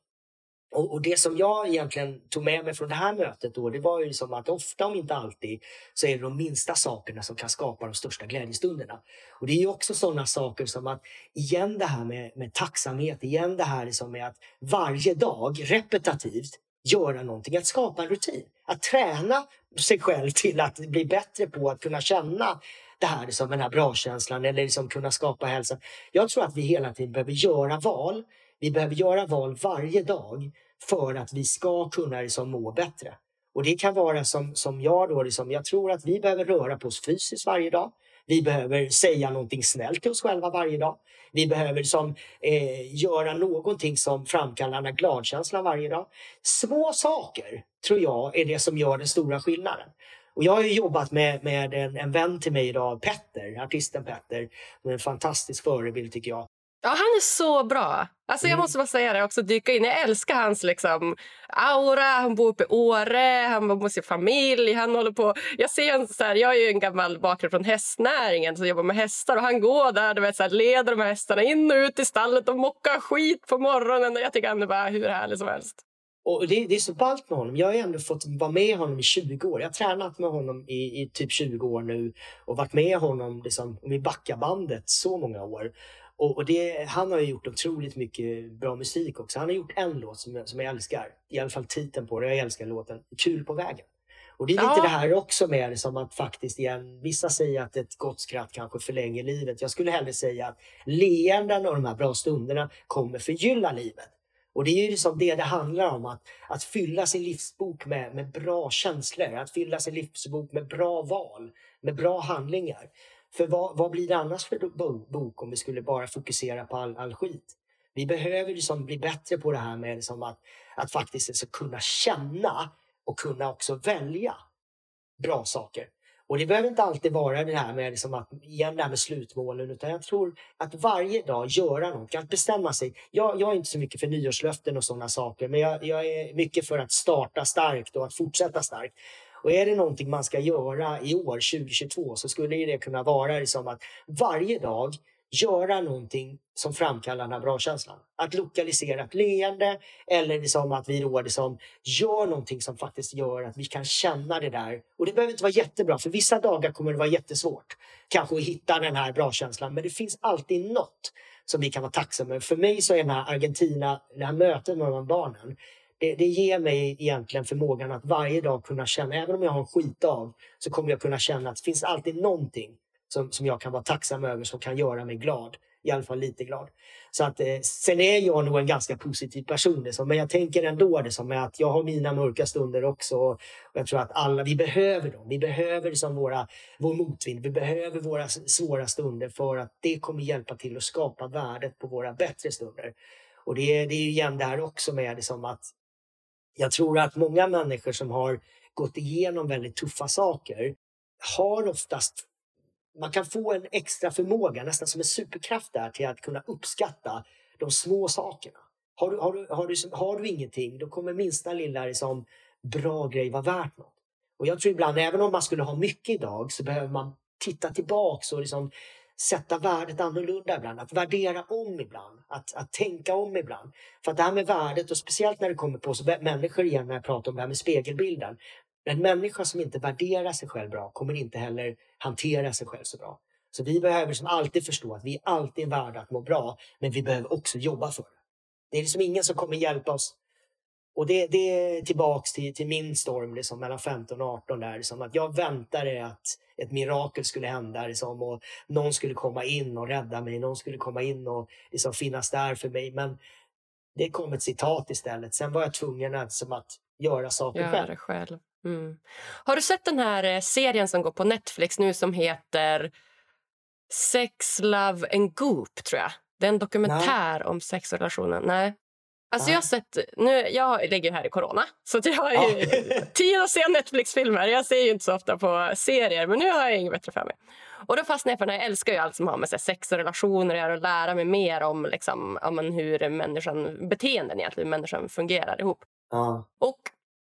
Och det som jag egentligen tog med mig från det här mötet då, det var ju som att ofta, om inte alltid, så är det de minsta sakerna som kan skapa de största glädjestunderna. Och det är ju också sådana saker som att, igen det här med tacksamhet, igen det här liksom med att varje dag repetitivt göra någonting, att skapa en rutin. Att träna sig själv till att bli bättre på att kunna känna det här liksom, den här bra-känslan eller liksom kunna skapa hälsa. Jag tror att vi hela tiden behöver göra val. Vi behöver göra val varje dag för att vi ska kunna liksom må bättre. Och det kan vara som jag då, liksom, jag tror att vi behöver röra på oss fysiskt varje dag. Vi behöver säga någonting snällt till oss själva varje dag. Vi behöver göra någonting som framkallar den här gladkänslan varje dag. Små saker tror jag är det som gör den stora skillnaden. Och jag har ju jobbat med en vän till mig idag, Petter, artisten Petter. En fantastisk förebild tycker jag. Ja, han är så bra. Alltså jag måste bara säga det också, dyka in. Jag älskar hans liksom aura. Han bor uppe i Åre, han bor med sin familj. Han håller på. Jag ser en så här, jag är ju en gammal bakgrund från hästnäringen så jobbar med hästar och han går där, du vet, så här, leder de här hästarna in och ut i stallet och mockar skit på morgonen. Jag tycker han är bara hur härlig som helst. Och det är så ballt med honom. Jag har ändå fått vara med honom i 20 år. Jag har tränat med honom i typ 20 år nu och varit med honom liksom, i backabandet så många år. Och han har ju gjort otroligt mycket bra musik också. Han har gjort en låt som jag älskar. I alla fall titeln på det. Jag älskar låten Kul på vägen. Och det är lite det här också med liksom att faktiskt igen, vissa säger att ett gott skratt kanske förlänger livet. Jag skulle hellre säga att leenden och de här bra stunderna kommer förgylla livet. Och det är ju liksom det handlar om, att fylla sin livsbok med bra känslor. Att fylla sin livsbok med bra val, med bra handlingar. För vad blir det annars för bok om vi skulle bara fokusera på all skit? Vi behöver liksom bli bättre på det här med liksom att faktiskt alltså kunna känna och kunna också välja bra saker. Och det behöver inte alltid vara det här med liksom att, igen det här med slutmålen, utan jag tror att varje dag göra något, att bestämma sig. Jag är inte så mycket för nyårslöften och sådana saker, men jag är mycket för att starta starkt och att fortsätta starkt. Och är det någonting man ska göra i år 2022 så skulle det kunna vara liksom att varje dag göra någonting som framkallar den här bra känslan. Att lokalisera ett leende eller liksom att vi då liksom gör någonting som faktiskt gör att vi kan känna det där. Och det behöver inte vara jättebra, för vissa dagar kommer det vara jättesvårt kanske att hitta den här bra känslan. Men det finns alltid något som vi kan vara tacksamma med. För mig så är den här Argentina, det här mötet med de barnen, det ger mig egentligen förmågan att varje dag kunna känna, även om jag har en skitdag, så kommer jag kunna känna att det finns alltid någonting som jag kan vara tacksam över, som kan göra mig glad. I alla fall lite glad. Så att, sen är jag nog en ganska positiv person. Men jag tänker ändå det som att jag har mina mörka stunder också. Och jag tror att alla, vi behöver dem. Vi behöver liksom vår motvind. Vi behöver våra svåra stunder för att det kommer hjälpa till att skapa värdet på våra bättre stunder. Och det är ju igen det här också med liksom att jag tror att många människor som har gått igenom väldigt tuffa saker har oftast, man kan få en extra förmåga, nästan som en superkraft där, till att kunna uppskatta de små sakerna. Har du ingenting, då kommer minsta lilla liksom, bra grej vara värt något. Och jag tror ibland, även om man skulle ha mycket idag, så behöver man titta tillbaka och liksom sätta värdet annorlunda ibland. Att värdera om ibland. Att tänka om ibland. För att det här med värdet, och speciellt när det kommer på så människor igen, när jag pratar om det här med spegelbilden. En människa som inte värderar sig själv bra kommer inte heller hantera sig själv så bra. Så vi behöver som alltid förstå att vi är alltid värda att må bra, men vi behöver också jobba för det. Det är liksom ingen som kommer hjälpa oss. Och det är tillbaks till min storm liksom, mellan 15 och 18 där. Liksom, att jag väntade att ett mirakel skulle hända liksom, och någon skulle komma in och rädda mig. Någon skulle komma in och liksom, finnas där för mig. Men det kom ett citat istället. Sen var jag tvungen att göra saker själv. Göra själv. Mm. Har du sett den här serien som går på Netflix nu som heter Sex, Love and Goop, tror jag? Det är en dokumentär om sexrelationen. Nej. Alltså jag har sett, jag ligger här i corona, så jag har ju tid att se Netflix-filmer. Jag ser ju inte så ofta på serier, men nu har jag inget bättre för mig. Och då fastnar jag för jag älskar ju allt som har med sex och relationer att göra och lära mig mer om liksom, hur människan, beteenden egentligen, hur människan fungerar ihop. Och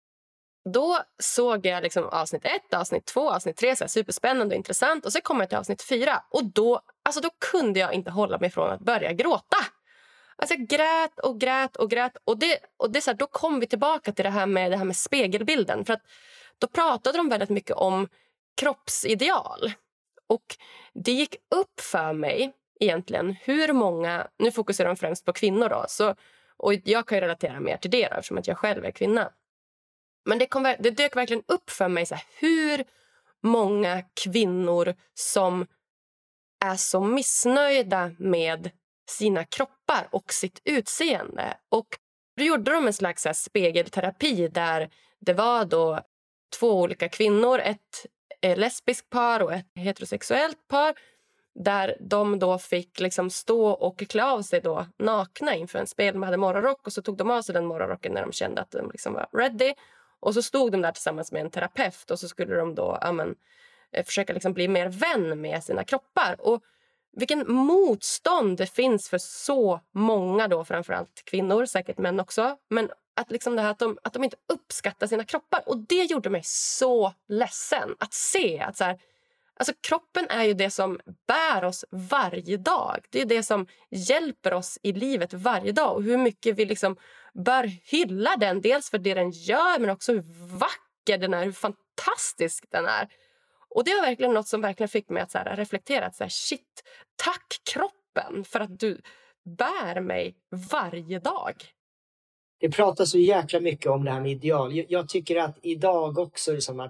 då såg jag liksom avsnitt 1, avsnitt 2, avsnitt 3, så här superspännande och intressant. Och så kom jag till avsnitt 4 och då kunde jag inte hålla mig från att börja gråta. Alltså jag grät och grät och grät. Och det är så här, då kom vi tillbaka till det här med spegelbilden. För att då pratade de väldigt mycket om kroppsideal. Och det gick upp för mig egentligen hur många, nu fokuserar de främst på kvinnor då. Och jag kan ju relatera mer till det då, eftersom att jag själv är kvinna. Men det dök verkligen upp för mig så här, hur många kvinnor som är så missnöjda med sina kroppar och sitt utseende. Och då gjorde de en slags så här spegelterapi där det var då 2 olika kvinnor, ett lesbiskt par och ett heterosexuellt par, där de då fick liksom stå och klä av sig då nakna inför en spegel. De hade morgonrock och så tog de av sig den morgonrocken när de kände att de liksom var ready. Och så stod de där tillsammans med en terapeut och så skulle de då försöka liksom bli mer vän med sina kroppar. Och vilken motstånd det finns för så många då, framförallt kvinnor, säkert män också. Men att, liksom det här att de inte uppskattar sina kroppar. Och det gjorde mig så ledsen att se att så här, alltså kroppen är ju det som bär oss varje dag. Det är det som hjälper oss i livet varje dag. Och hur mycket vi liksom bör hylla den. Dels för det den gör, men också hur vacker den är. Hur fantastisk den är. Och det var verkligen något som verkligen fick mig att så här reflektera. Att så här, shit, tack kroppen för att du bär mig varje dag. Det pratas så jäkla mycket om det här med ideal. Jag tycker att idag också är det som att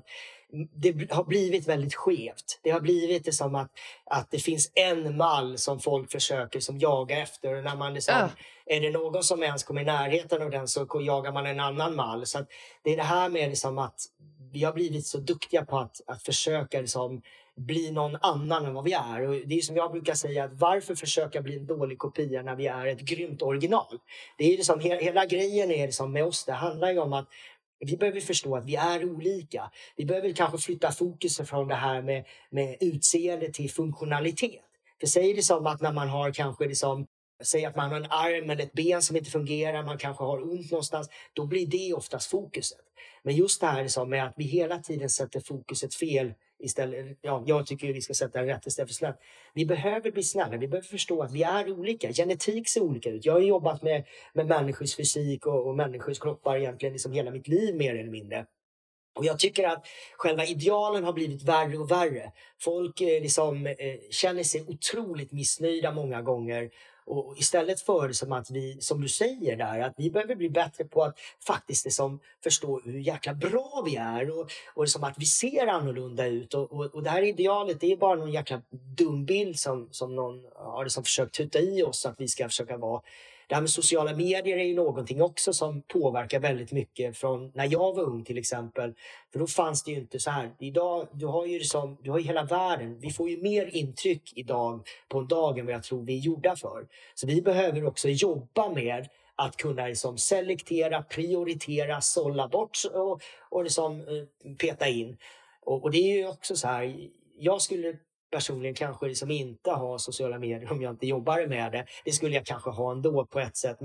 det har blivit väldigt skevt. Det har blivit det som att det finns en mall som folk försöker som jagar efter. Och när man liksom, är det någon som ens kommer i närheten av den så jagar man en annan mall. Så att det är det här med liksom att vi har blivit så duktiga på att försöka liksom bli någon annan än vad vi är. Och det är som jag brukar säga, att varför försöka bli en dålig kopia när vi är ett grymt original? Det är liksom, hela grejen är liksom med oss, det handlar ju om att vi behöver förstå att vi är olika. Vi behöver kanske flytta fokusen från det här med utseende till funktionalitet. För säg det som att när man har kanske liksom, säg att man har en arm eller ett ben som inte fungerar, man kanske har ont någonstans, då blir det oftast fokuset. Men just det här är som med att vi hela tiden sätter fokuset fel istället. Ja, jag tycker vi ska sätta rätt istället för snett. Vi behöver bli snälla, vi behöver förstå att vi är olika. Genetik ser olika ut. Jag har jobbat med människors fysik och människors kroppar egentligen liksom hela mitt liv mer eller mindre. Och jag tycker att själva idealen har blivit värre och värre. Folk liksom, känner sig otroligt missnöjda många gånger. Och istället för som att vi, som du säger där, att vi behöver bli bättre på att faktiskt liksom förstå hur jäkla bra vi är. Och det som att vi ser annorlunda ut. Och det här idealet, det är bara någon jäkla dum bild som någon har liksom försökt tuta i oss att vi ska försöka vara. Det här med sociala medier är ju någonting också som påverkar väldigt mycket från när jag var ung till exempel. För då fanns det ju inte så här. Idag, du har ju hela världen. Vi får ju mer intryck idag på en dag än vad jag tror vi är gjorda för. Så vi behöver också jobba med att kunna liksom selektera, prioritera, sålla bort och liksom peta in. Och det är ju också så här, jag skulle personligen kanske liksom inte ha sociala medier om jag inte jobbar med det. Det skulle jag kanske ha ändå på ett sätt.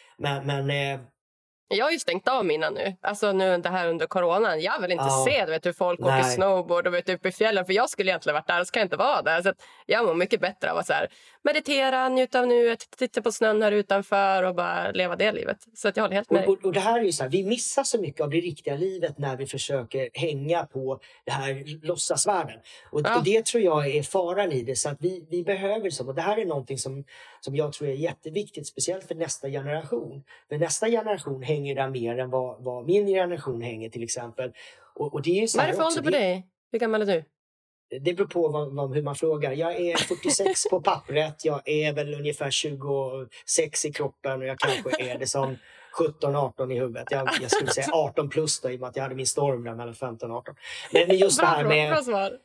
Men jag har ju stängt av mina nu. Alltså nu det här under coronan. Jag vill inte se hur folk åker snowboard och upp i fjällen. För jag skulle egentligen varit där och ska inte vara där. Så att jag mår mycket bättre av att så här, meditera, njuta av nuet, titta på snön här utanför och bara leva det livet. Så att jag håller helt med. Och det här är ju så här, vi missar så mycket av det riktiga livet när vi försöker hänga på det här låtsasvärlden. Och det tror jag är faran i det. Så att vi behöver så. Och det här är någonting som jag tror är jätteviktigt, speciellt för nästa generation. För nästa generation hänger där mer än vad min generation hänger till exempel. Och det är ju så här. Vad är det för ålder på dig? Hur gammal är du? Det beror på hur man frågar. Jag är 46 på pappret. Jag är väl ungefär 26 i kroppen. Och jag kanske är det som 17-18 i huvudet. Jag skulle säga 18 plus då, i och med att jag hade min storm där mellan 15 och 18. Men just det här med... Bra svar.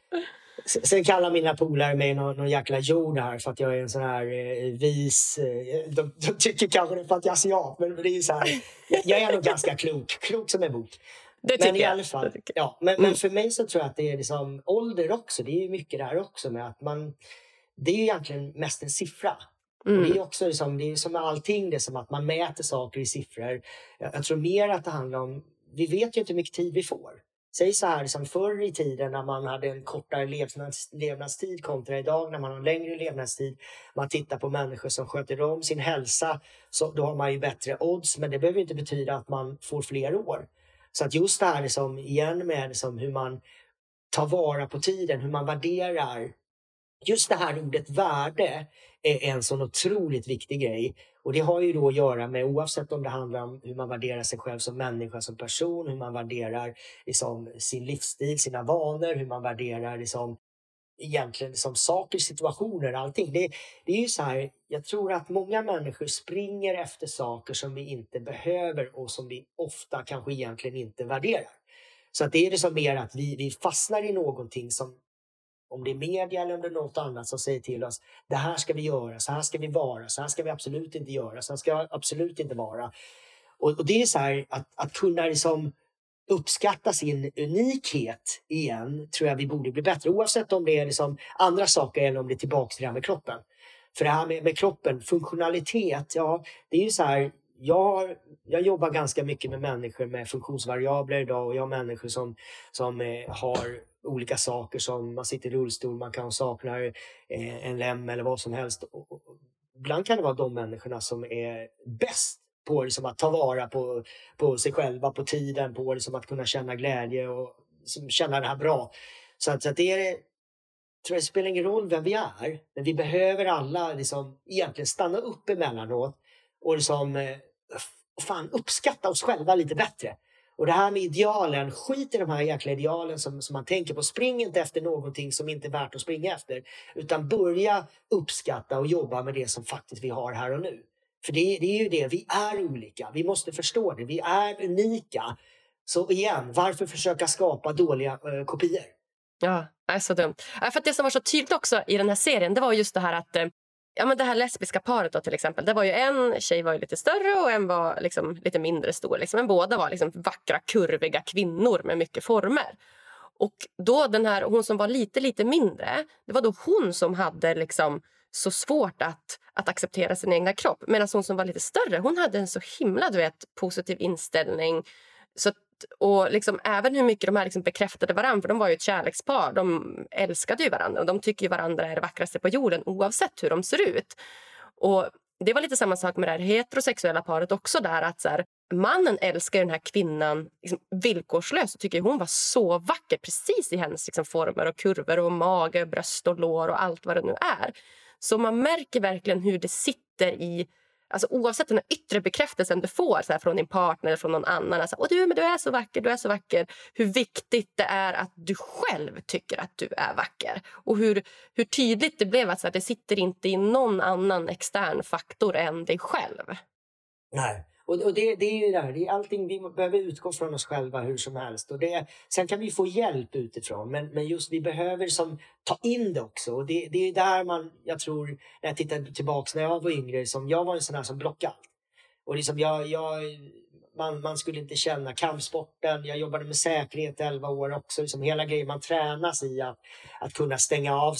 Sen kallar mina polare mig någon jäkla jord här för att jag är en sån här vis... De tycker kanske det är för att jag är asiat, men det är ju så här... Jag är nog ganska klok som en bok. Det tycker men i alla fall, ja, men för mig så tror jag att det är liksom ålder också. Det är ju mycket där också med att det är ju egentligen mest en siffra. Och det är också liksom, det är som med allting, det är som att man mäter saker i siffror. Jag tror mer att det handlar om, vi vet ju inte hur mycket tid vi får. Säg så här, som förr i tiden när man hade en kortare levnadstid kontra idag när man har en längre levnadstid. Man tittar på människor som sköter om sin hälsa, så då har man ju bättre odds, men det behöver inte betyda att man får fler år. Så att just det här liksom, igen med liksom, hur man tar vara på tiden, hur man värderar. Just det här ordet värde är en sån otroligt viktig grej. Och det har ju då att göra med, oavsett om det handlar om hur man värderar sig själv som människa, som person, hur man värderar liksom, sin livsstil, sina vanor, hur man värderar liksom, egentligen som saker, situationer, allting. Det är ju så här, jag tror att många människor springer efter saker som vi inte behöver och som vi ofta kanske egentligen inte värderar. Så att det är det som mer att vi fastnar i någonting som, om det är media eller om det är något annat som säger till oss, det här ska vi göra, så här ska vi vara, så här ska vi absolut inte göra, så här ska vi absolut inte vara. Och det är så här att kunna liksom uppskatta sin unikhet igen, tror jag vi borde bli bättre. Oavsett om det är liksom andra saker eller om det är tillbaka till det här med kroppen. För det här med kroppen, funktionalitet, ja, det är ju så här. Jag jobbar ganska mycket med människor med funktionsvariabler idag, och jag har människor som har olika saker, som man sitter i rullstol, man kan sakna en lem eller vad som helst. Och ibland kan det vara de människorna som är bäst på liksom att ta vara på sig själva, på tiden, på liksom att kunna känna glädje och känna det här bra. Så att det är, tror jag, spelar ingen roll vem vi är, men vi behöver alla liksom egentligen stanna upp emellanåt och liksom uppskatta oss själva lite bättre. Och det här med idealen, skit i de här jäkla idealen som man tänker på. Spring inte efter någonting som inte är värt att springa efter, utan börja uppskatta och jobba med det som faktiskt vi har här och nu. För det är ju det, vi är olika, vi måste förstå det, vi är unika. Så igen, varför försöka skapa dåliga kopior? Ja, det är så dumt. För att det som var så tydligt också i den här serien, det var just det här att men det här lesbiska paret då, till exempel. Det var ju en tjej var ju lite större och en var liksom lite mindre stor. Liksom. Men båda var liksom vackra, kurviga kvinnor med mycket former. Och då den här, hon som var lite mindre, det var då hon som hade liksom så svårt att acceptera sin egna kropp. Medan hon som var lite större, hon hade en så himla, positiv inställning. Så och liksom, även hur mycket de här liksom bekräftade varandra, för de var ju ett kärlekspar, de älskade ju varandra och de tycker ju varandra är det vackraste på jorden oavsett hur de ser ut. Och det var lite samma sak med det här heterosexuella paret också, där att så här, mannen älskar den här kvinnan liksom villkorslöst och tycker hon var så vacker precis i hennes liksom former och kurvor och mage, bröst och lår och allt vad det nu är. Så man märker verkligen hur det sitter i, alltså oavsett den här yttre bekräftelsen du får så här, från din partner eller från någon annan. Alltså, men du är så vacker, du är så vacker. Hur viktigt det är att du själv tycker att du är vacker. Och hur tydligt det blev att så här, det sitter inte i någon annan extern faktor än dig själv. Nej. Och det är ju det är allting, vi behöver utgå från oss själva hur som helst. Och sen kan vi få hjälp utifrån. Men just vi behöver som ta in det också. Och det är där jag tror, när jag tittar tillbaka när jag var yngre, som jag var en sån här som blockade. Och liksom man skulle inte känna kampsporten. Jag jobbade med säkerhet 11 år också. Liksom hela grejen, man tränas i att kunna stänga av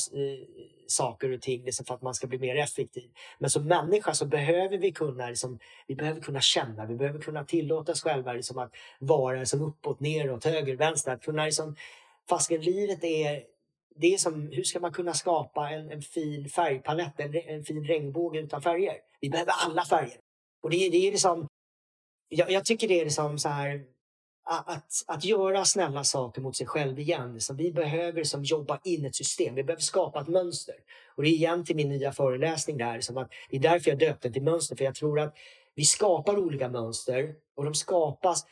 saker och ting liksom för att man ska bli mer effektiv. Men som människa så behöver vi kunna vi behöver kunna känna, vi behöver kunna tillåta oss själva att vara uppåt, neråt, höger, vänster. Att kunna fastän livet det är som, hur ska man kunna skapa en fin färgpalett, en fin regnbåge utan färger? Vi behöver alla färger. Och det är jag tycker det är så här, att göra snälla saker mot sig själv igen. Vi behöver jobba in ett system. Vi behöver skapa ett mönster. Och det är igen till min nya föreläsning där. Att det är därför jag döpte den till mönster. För jag tror att vi skapar olika mönster. Och de skapas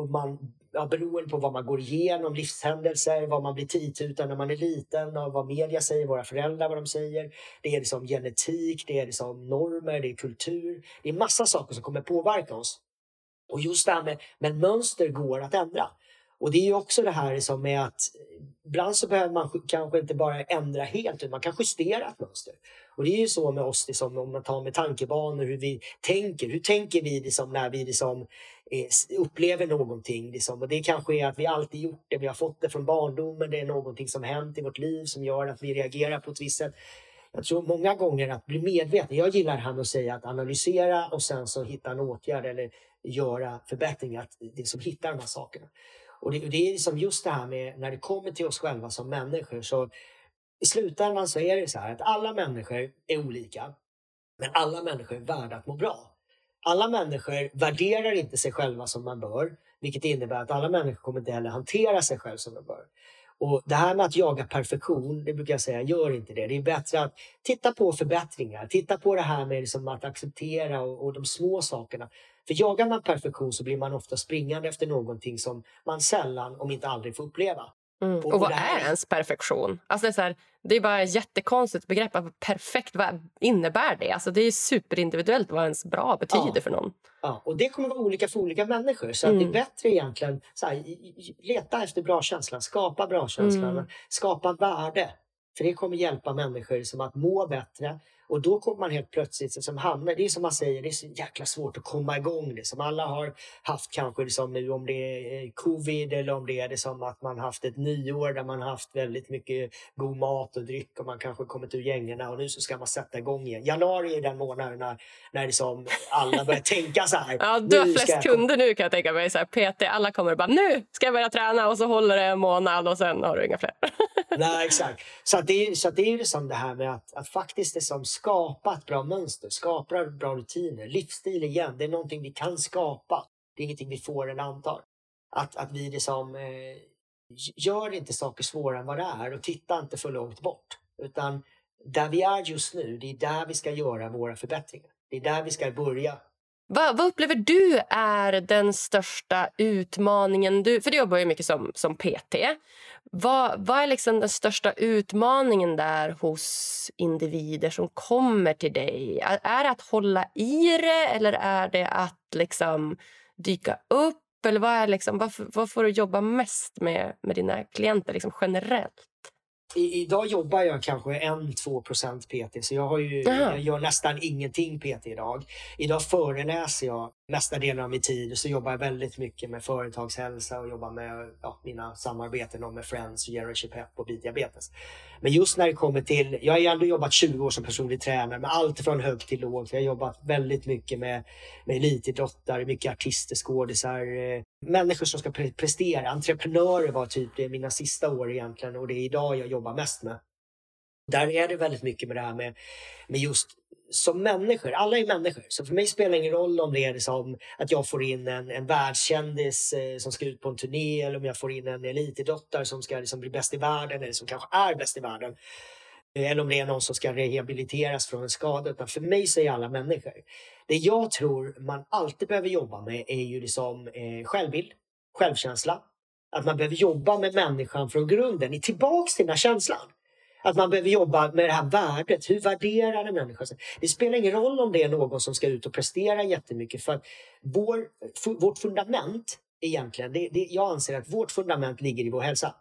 beroende på vad man går igenom, livshändelser, vad man blir titutad när man är liten, och vad media säger, våra föräldrar vad de säger. Det är genetik, det är normer, det är kultur. Det är massa saker som kommer påverka oss. Och just det här med mönster går att ändra. Och det är ju också det här med att ibland så behöver man kanske inte bara ändra helt, utan man kan justera ett mönster. Och det är ju så med oss, om man tar med tankebanor, hur vi tänker. Hur tänker vi när vi upplever någonting? Och det kanske är att vi alltid gjort det, vi har fått det från barndomen, det är någonting som hänt i vårt liv som gör att vi reagerar på ett visst sätt. Jag tror många gånger att bli medveten. Jag gillar här att säga att analysera och sen så hitta en åtgärd eller göra förbättringar. Det som hittar de här sakerna. Och det är just det här med när det kommer till oss själva som människor. Så i slutändan så är det så här att alla människor är olika. Men alla människor är värda att må bra. Alla människor värderar inte sig själva som man bör. Vilket innebär att alla människor kommer inte heller hantera sig själv som de bör. Och det här med att jaga perfektion, det brukar jag säga, gör inte det. Det är bättre att titta på förbättringar. Titta på det här med att acceptera och de små sakerna. För jagar man perfektion så blir man ofta springande efter någonting som man sällan, om inte aldrig, får uppleva. Och vad är ens perfektion? Alltså det är bara ett jättekonstigt begrepp. Perfekt, vad innebär det? Alltså det är superindividuellt vad ens bra betyder för någon. Ja, och det kommer vara olika för olika människor. Så att det är bättre egentligen leta efter bra känslan, skapa bra känslan, skapa värde. För det kommer hjälpa människor som att må bättre. Och då kommer man helt plötsligt som hamnar, det är som man säger, det är så jäkla svårt att komma igång. Det som alla har haft kanske liksom nu, om det är covid eller om det är som att man haft ett nyår där man haft väldigt mycket god mat och dryck och man kanske kommit ur gängerna och nu så ska man sätta igång igen. Januari är den månaden när det som alla börjar tänka så här. Ja, du har flest kunder nu kan jag tänka mig. Så här, PT, alla kommer bara, nu ska jag börja träna och så håller det en månad och sen har du inga fler. Nej, exakt. Så det är liksom det här med att faktiskt det som skapa ett bra mönster, skapa bra rutiner, livsstil igen, det är någonting vi kan skapa. Det är ingenting vi får eller antar. Att vi liksom gör inte saker svårare än vad det är och titta inte för långt bort. Utan där vi är just nu, det är där vi ska göra våra förbättringar. Det är där vi ska börja. Vad upplever du är den största utmaningen? För du jobbar ju mycket som PT. Vad är liksom den största utmaningen där hos individer som kommer till dig? Är det att hålla i det eller är det att liksom dyka upp? Eller vad får du jobba mest med dina klienter liksom generellt? Idag jobbar jag kanske 1-2% PT, så jag gör nästan ingenting PT idag. Idag föreläser jag mesta delen av min tid och så jobbar jag väldigt mycket med företagshälsa och jobbar med mina samarbeten med Friends, Generation Pep och Diabetes. Men just när det kommer till, jag har ju ändå jobbat 20 år som personlig tränare med allt från högt till lågt. Jag har jobbat väldigt mycket med elitidrottare, mycket artister, skådisar, människor som ska prestera. Entreprenörer var typ det mina sista år egentligen och det är idag jag jobbar mest med. Där är det väldigt mycket med det här med just som människor, alla är människor. Så för mig spelar det ingen roll om det är som att jag får in en världskändis som ska ut på en turné eller om jag får in en elitidrottare som ska liksom bli bäst i världen eller som kanske är bäst i världen. Eller om det är någon som ska rehabiliteras från en skada. Utan för mig så är alla människor. Det jag tror man alltid behöver jobba med är ju liksom självbild, självkänsla. Att man behöver jobba med människan från grunden, tillbaks till den här känslan. Att man behöver jobba med det här värdet. Hur värderar en människa? Det spelar ingen roll om det är någon som ska ut och prestera jättemycket. För att vårt fundament egentligen, jag anser att vårt fundament ligger i vår hälsa.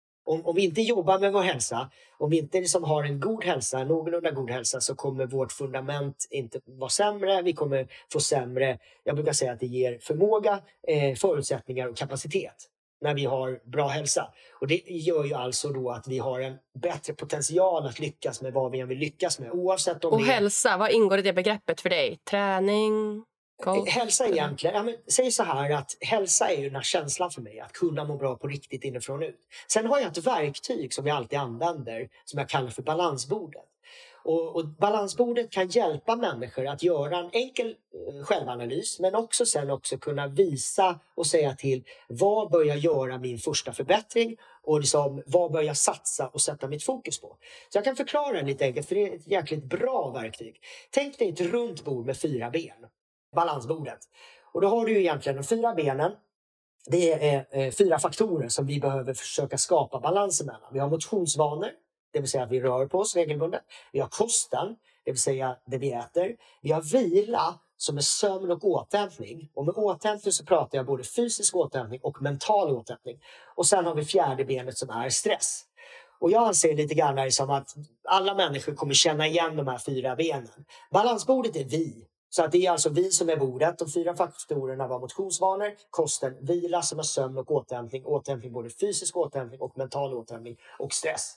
Om vi inte jobbar med vår hälsa, om vi inte liksom har en god hälsa, någorlunda god hälsa, så kommer vårt fundament inte vara sämre. Vi kommer få sämre, jag brukar säga att det ger förmåga, förutsättningar och kapacitet när vi har bra hälsa. Och det gör ju alltså då att vi har en bättre potential att lyckas med vad vi vill lyckas med. Oavsett om och hälsa, vad ingår i det begreppet för dig? Träning? Hälsa egentligen, säg så här att hälsa är ju den här känslan för mig, att kunna må bra på riktigt inifrån och ut. Sen har jag ett verktyg som jag alltid använder som jag kallar för balansbordet. Och balansbordet kan hjälpa människor att göra en enkel självanalys, men också sen kunna visa och säga till vad bör jag göra min första förbättring och liksom, vad bör jag satsa och sätta mitt fokus på. Så jag kan förklara det lite enkelt, för det är ett jäkligt bra verktyg. Tänk dig ett runt bord med 4 ben, balansbordet. Och då har du egentligen de 4 benen. Det är 4 faktorer som vi behöver försöka skapa balans mellan. Vi har motionsvanor, det vill säga att vi rör på oss regelbundet. Vi har kosten, det vill säga det vi äter. Vi har vila som är sömn och återhämtning. Och med återhämtning så pratar jag både fysisk återhämtning och mental återhämtning. Och sen har vi 4:e benet som är stress. Och jag anser lite grann som att alla människor kommer känna igen de här 4 benen. Balansbordet är vi. Så att det är alltså vi som är bordet. De 4 faktorerna var motionsvanor, kosten, vila som är sömn och återhämtning. Återhämtning både fysisk återhämtning och mental återhämtning och stress.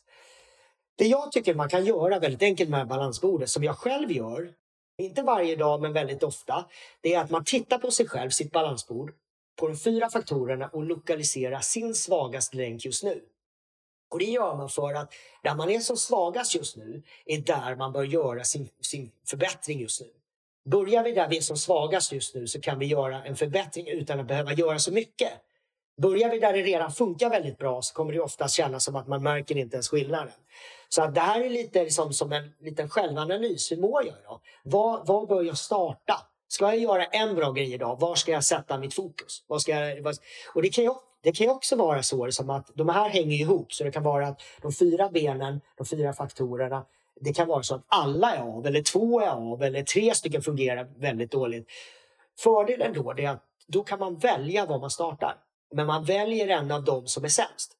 Det jag tycker man kan göra väldigt enkelt med balansbordet, som jag själv gör, inte varje dag men väldigt ofta, det är att man tittar på sig själv, sitt balansbord, på de 4 faktorerna och lokaliserar sin svagaste länk just nu. Och det gör man för att där man är som svagast just nu är där man bör göra sin förbättring just nu. Börjar vi där vi är som svagast just nu så kan vi göra en förbättring utan att behöva göra så mycket. Börjar vi där det redan funkar väldigt bra så kommer det ofta kännas som att man märker inte ens skillnaden. Så att det här är lite som en liten självanalys. Hur mår jag då? Var bör jag starta? Ska jag göra en bra grej idag? Var ska jag sätta mitt fokus? Och det kan ju också vara så som att de här hänger ihop. Så det kan vara att de 4 benen, de 4 faktorerna, det kan vara så att alla är av, eller 2 är av, eller 3 stycken fungerar väldigt dåligt. Fördelen då är att då kan man välja var man startar. Men man väljer en av dem som är sämst.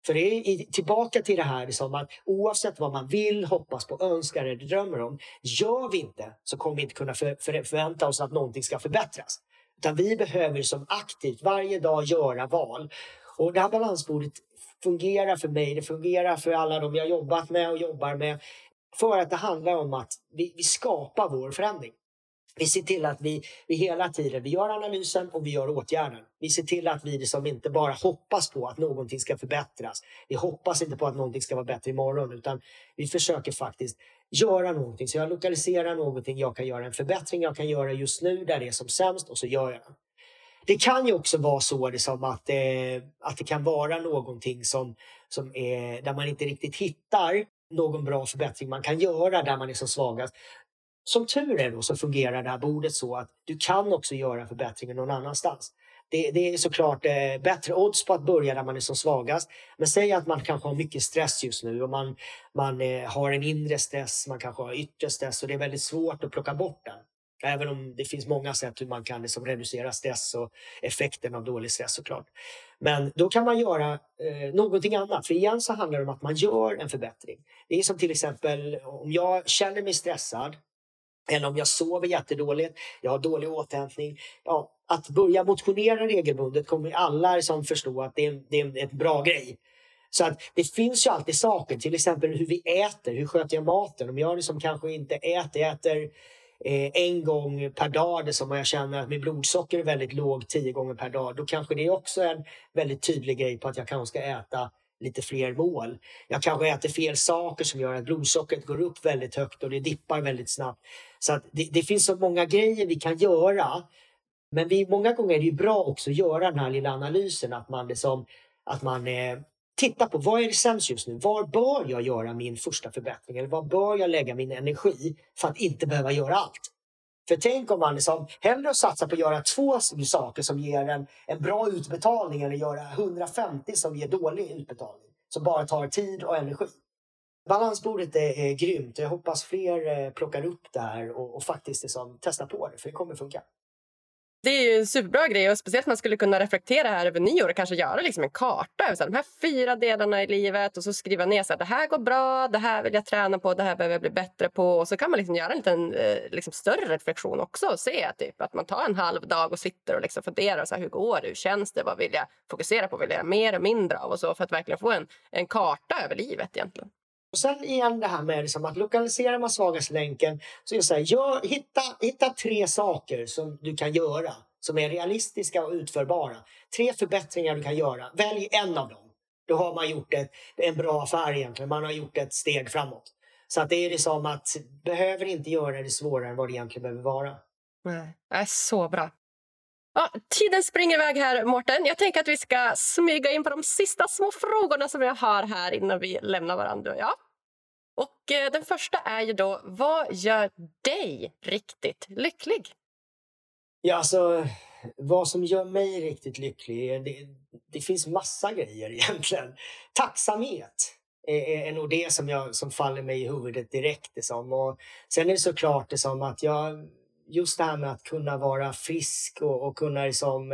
För det är tillbaka till det här liksom att oavsett vad man vill, hoppas på, önskar eller drömmer om, gör vi inte så kommer vi inte kunna förvänta oss att någonting ska förbättras. Utan vi behöver som aktivt varje dag göra val. Och det här balansbordet fungerar för mig, det fungerar för alla de jag jobbat med och jobbar med. För att det handlar om att vi skapar vår förändring. Vi ser till att vi hela tiden vi gör analysen och vi gör åtgärden. Vi ser till att vi liksom inte bara hoppas på att någonting ska förbättras. Vi hoppas inte på att någonting ska vara bättre imorgon, utan vi försöker faktiskt göra någonting. Så jag lokaliserar någonting, jag kan göra en förbättring, jag kan göra just nu där det är som sämst och så gör jag den. Det kan ju också vara så liksom att det kan vara någonting som är, där man inte riktigt hittar någon bra förbättring man kan göra där man är som svagast. Som tur är då så fungerar det här bordet så att du kan också göra förbättringen någon annanstans. Det är såklart bättre odds på att börja där man är som svagast. Men säg att man kanske har mycket stress just nu och man har en inre stress, man kanske har yttre stress och det är väldigt svårt att plocka bort den. Även om det finns många sätt hur man kan liksom reducera stress och effekten av dålig stress såklart. Men då kan man göra någonting annat. För igen så handlar det om att man gör en förbättring. Det är som till exempel om jag känner mig stressad eller om jag sover jättedåligt, jag har dålig återhämtning. Ja, att börja motionera regelbundet kommer alla som förstå att det är en bra grej. Så att det finns ju alltid saker, till exempel hur vi äter, hur sköter jag maten? Om jag liksom kanske inte äter en gång per dag, det som jag känner att min blodsocker är väldigt låg 10 gånger per dag, då kanske det är också en väldigt tydlig grej på att jag kanske ska äta lite fler mål. Jag kanske äter fel saker som gör att blodsockret går upp väldigt högt och det dippar väldigt snabbt. Så att det finns så många grejer vi kan göra. Men många gånger är det ju bra också att göra den här lilla analysen. Att man tittar på vad är det sämst just nu. Var bör jag göra min första förbättring? Eller var bör jag lägga min energi för att inte behöva göra allt? För tänk om man liksom hellre satsar på att göra 2 saker som ger en bra utbetalning eller göra 150 som ger dålig utbetalning. Som bara tar tid och energi. Balansbordet är grymt. Jag hoppas fler plockar upp det här och faktiskt liksom testar på det. För det kommer funka. Det är ju en superbra grej och speciellt man skulle kunna reflektera här över nyår och kanske göra liksom en karta över de här 4 delarna i livet och så skriva ner så att det här går bra, det här vill jag träna på, det här behöver jag bli bättre på och så kan man liksom göra en liten liksom större reflektion också och se typ, att man tar en halv dag och sitter och liksom funderar så här, hur går det, hur känns det, vad vill jag fokusera på, vill jag göra mer och mindre av och så för att verkligen få en karta över livet egentligen. Och sen igen det här med liksom att lokalisera man svagaste länken. Så jag säger, hitta 3 saker som du kan göra. Som är realistiska och utförbara. 3 förbättringar du kan göra. Välj en av dem. Då har man gjort en bra affär egentligen. Man har gjort ett steg framåt. Så att det är liksom att behöver inte göra det svårare än vad det egentligen behöver vara. Nej, det är så bra. Ja, tiden springer iväg här, Mårten. Jag tänker att vi ska smyga in på de sista små frågorna som jag har här innan vi lämnar varandra. Ja. Och den första är ju då, vad gör dig riktigt lycklig? Ja, alltså vad som gör mig riktigt lycklig, det finns massa grejer egentligen. Tacksamhet är nog det som faller mig i huvudet direkt. Liksom. Och sen är det såklart det som att just det här med att kunna vara frisk och kunna liksom,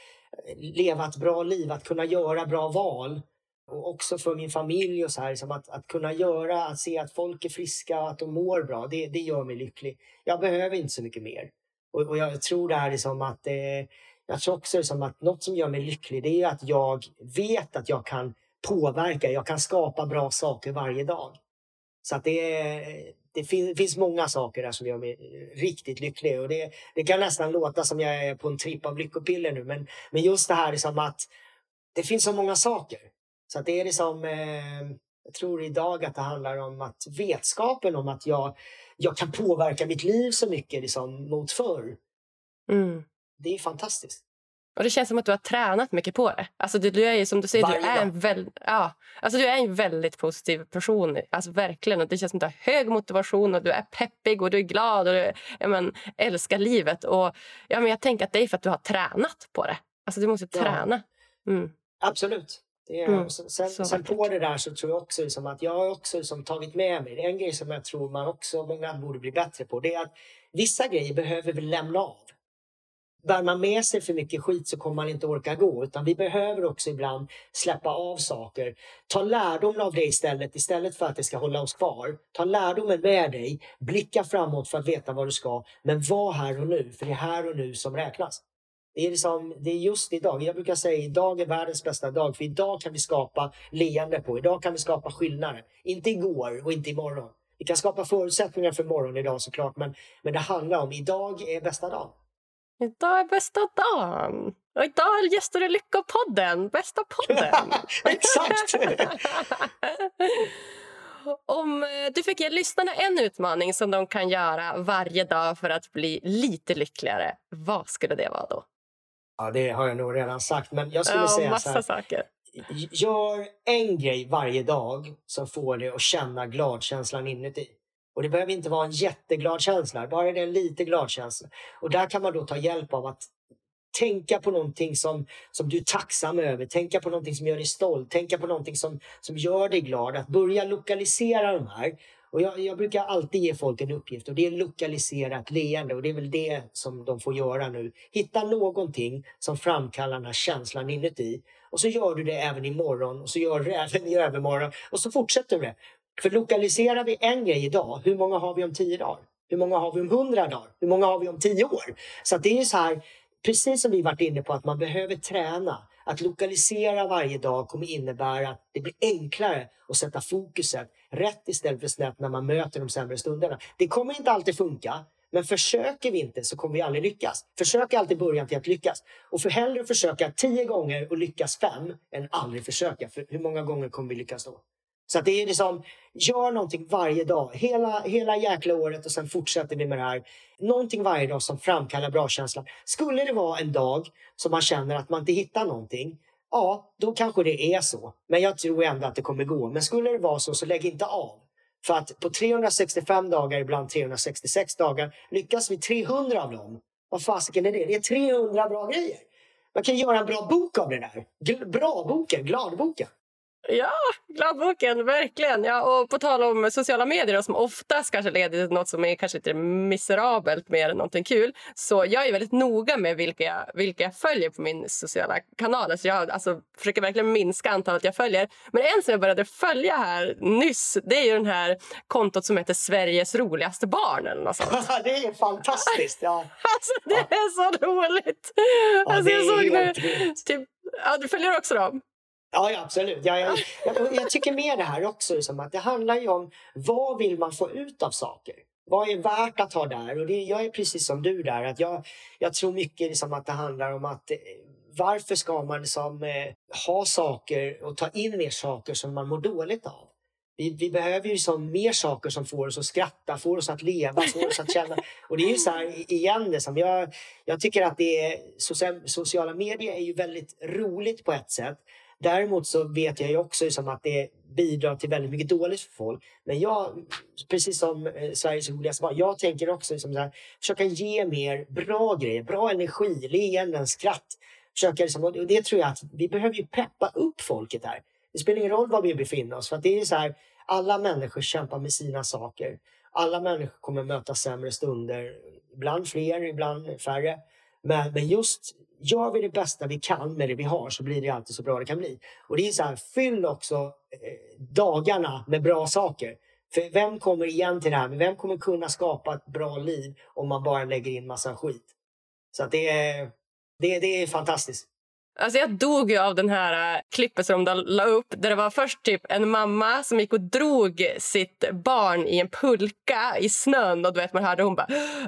leva ett bra liv, att kunna göra bra val. Och också för min familj och så här, liksom att kunna att se att folk är friska och att de mår bra, det gör mig lycklig. Jag behöver inte så mycket mer. Och jag tror det här liksom att jag tror också liksom att något som gör mig lycklig, det är att jag vet att jag kan påverka, jag kan skapa bra saker varje dag. Så att det finns många saker där som gör mig riktigt lycklig. Och det kan nästan låta som jag är på en tripp av lyckopiller nu, men just det här liksom att det finns så många saker. Så att det är liksom, jag tror idag att det handlar om att vetskapen om att jag kan påverka mitt liv så mycket liksom, mot förr. Mm. Det är fantastiskt. Och det känns som att du har tränat mycket på det. Alltså du är ju som du säger, du är en väldigt positiv person. Alltså verkligen. Och det känns som att du har hög motivation och du är peppig och du är glad och du älskar livet. Och jag tänker att det är för att du har tränat på det. Alltså du måste träna. Mm. Absolut. Sen på det där så tror jag också liksom att jag har också liksom tagit med mig. Det är en grej som jag tror många borde bli bättre på. Det är att vissa grejer behöver vi lämna av. bär man med sig för mycket skit så kommer man inte orka gå. Utan vi behöver också ibland släppa av saker. Ta lärdom av det istället för att det ska hålla oss kvar. Ta lärdomen med dig. Blicka framåt för att veta vad du ska. Men var här och nu, för det är här och nu som räknas. Det är just idag. Jag brukar säga idag är världens bästa dag. För idag kan vi skapa leende på. Idag kan vi skapa skillnader. Inte igår och inte imorgon. Vi kan skapa förutsättningar för morgon idag såklart. Men det handlar om idag är bästa dagen. Idag är bästa dagen. Och idag gästar du Lyckopodden. Bästa podden. Exakt! Om du fick ge lyssnarna en utmaning som de kan göra varje dag för att bli lite lyckligare. Vad skulle det vara då? Ja, det har jag nog redan sagt. Men jag skulle säga massa så här. Saker. Gör en grej varje dag som får dig att känna gladkänslan inuti. Och det behöver inte vara en jätteglad känsla. Bara det är en lite glad känsla. Och där kan man då ta hjälp av att tänka på någonting som du är tacksam över. Tänka på någonting som gör dig stolt. Tänka på någonting som gör dig glad. Att börja lokalisera de här. Och jag brukar alltid ge folk en uppgift. Och det är lokalisera ett leende. Och det är väl det som de får göra nu. Hitta någonting som framkallar den här känslan inuti. Och så gör du det även imorgon. Och så gör du det även i övermorgon. Och så fortsätter du det. För lokaliserar vi en grej idag, hur många har vi om 10 dagar? Hur många har vi om 100 dagar? Hur många har vi om 10 år? Så att det är så här, precis som vi varit inne på, att man behöver träna. Att lokalisera varje dag kommer innebära att det blir enklare att sätta fokuset rätt istället för snett när man möter de sämre stunderna. Det kommer inte alltid funka, men försöker vi inte så kommer vi aldrig lyckas. Försök alltid början till att lyckas. Och för hellre försöka 10 gånger och lyckas 5 än aldrig försöka. För hur många gånger kommer vi lyckas då? Så att det är liksom, gör någonting varje dag. Hela jäkla året och sen fortsätter vi med det här. Någonting varje dag som framkallar bra känslan. Skulle det vara en dag som man känner att man inte hittar någonting. Ja, då kanske det är så. Men jag tror ändå att det kommer gå. Men skulle det vara så lägg inte av. För att på 365 dagar, ibland 366 dagar, lyckas vi 300 av dem. Vad fasiken är det? Det är 300 bra grejer. Man kan göra en bra bok av det där. Bra boken, gladboken. Ja, gladboken, verkligen. Ja, och på tal om sociala medier som oftast kanske leder till något som är kanske lite miserabelt mer än någonting kul. Så jag är väldigt noga med vilka jag följer på min sociala kanal. Så jag försöker verkligen minska antalet jag följer. Men en som jag började följa här nyss, det är ju den här kontot som heter Sveriges roligaste barn eller något sånt. Det är fantastiskt, ja. Alltså det är så roligt. Ja, alltså jag såg nu, typ, du följer också dem. Ja, absolut. Jag tycker med det här också liksom, att det handlar ju om vad vill man få ut av saker. Vad är värt att ha där? Och jag är precis som du där. Att jag tror mycket liksom att det handlar om att varför ska man liksom, ha saker och ta in mer saker som man mår dåligt av? Vi behöver ju liksom mer saker som får oss att skratta, får oss att leva, får oss att känna. Och det är ju så här igen, liksom, jag tycker att sociala medier är ju väldigt roligt på ett sätt. Däremot så vet jag ju också liksom att det bidrar till väldigt mycket dåligt för folk. Men jag, precis som Sveriges roligaste barn, jag tänker också liksom så här, försöka ge mer bra grejer, bra energi, leenden, skratt. Försöka liksom, och det tror jag att vi behöver ju peppa upp folket här. Det spelar ingen roll var vi befinner oss, för att det är så här, alla människor kämpar med sina saker. Alla människor kommer möta sämre stunder, ibland fler, ibland färre. Men just gör vi det bästa vi kan med det vi har så blir det alltid så bra det kan bli. Och det är så här, fyll också dagarna med bra saker. För vem kommer igen till det här? Men vem kommer kunna skapa ett bra liv om man bara lägger in massa skit? Så att det är fantastiskt. Alltså jag dog ju av den här klippet som de la upp där det var först typ en mamma som gick och drog sitt barn i en pulka i snön och du vet man hörde hon bara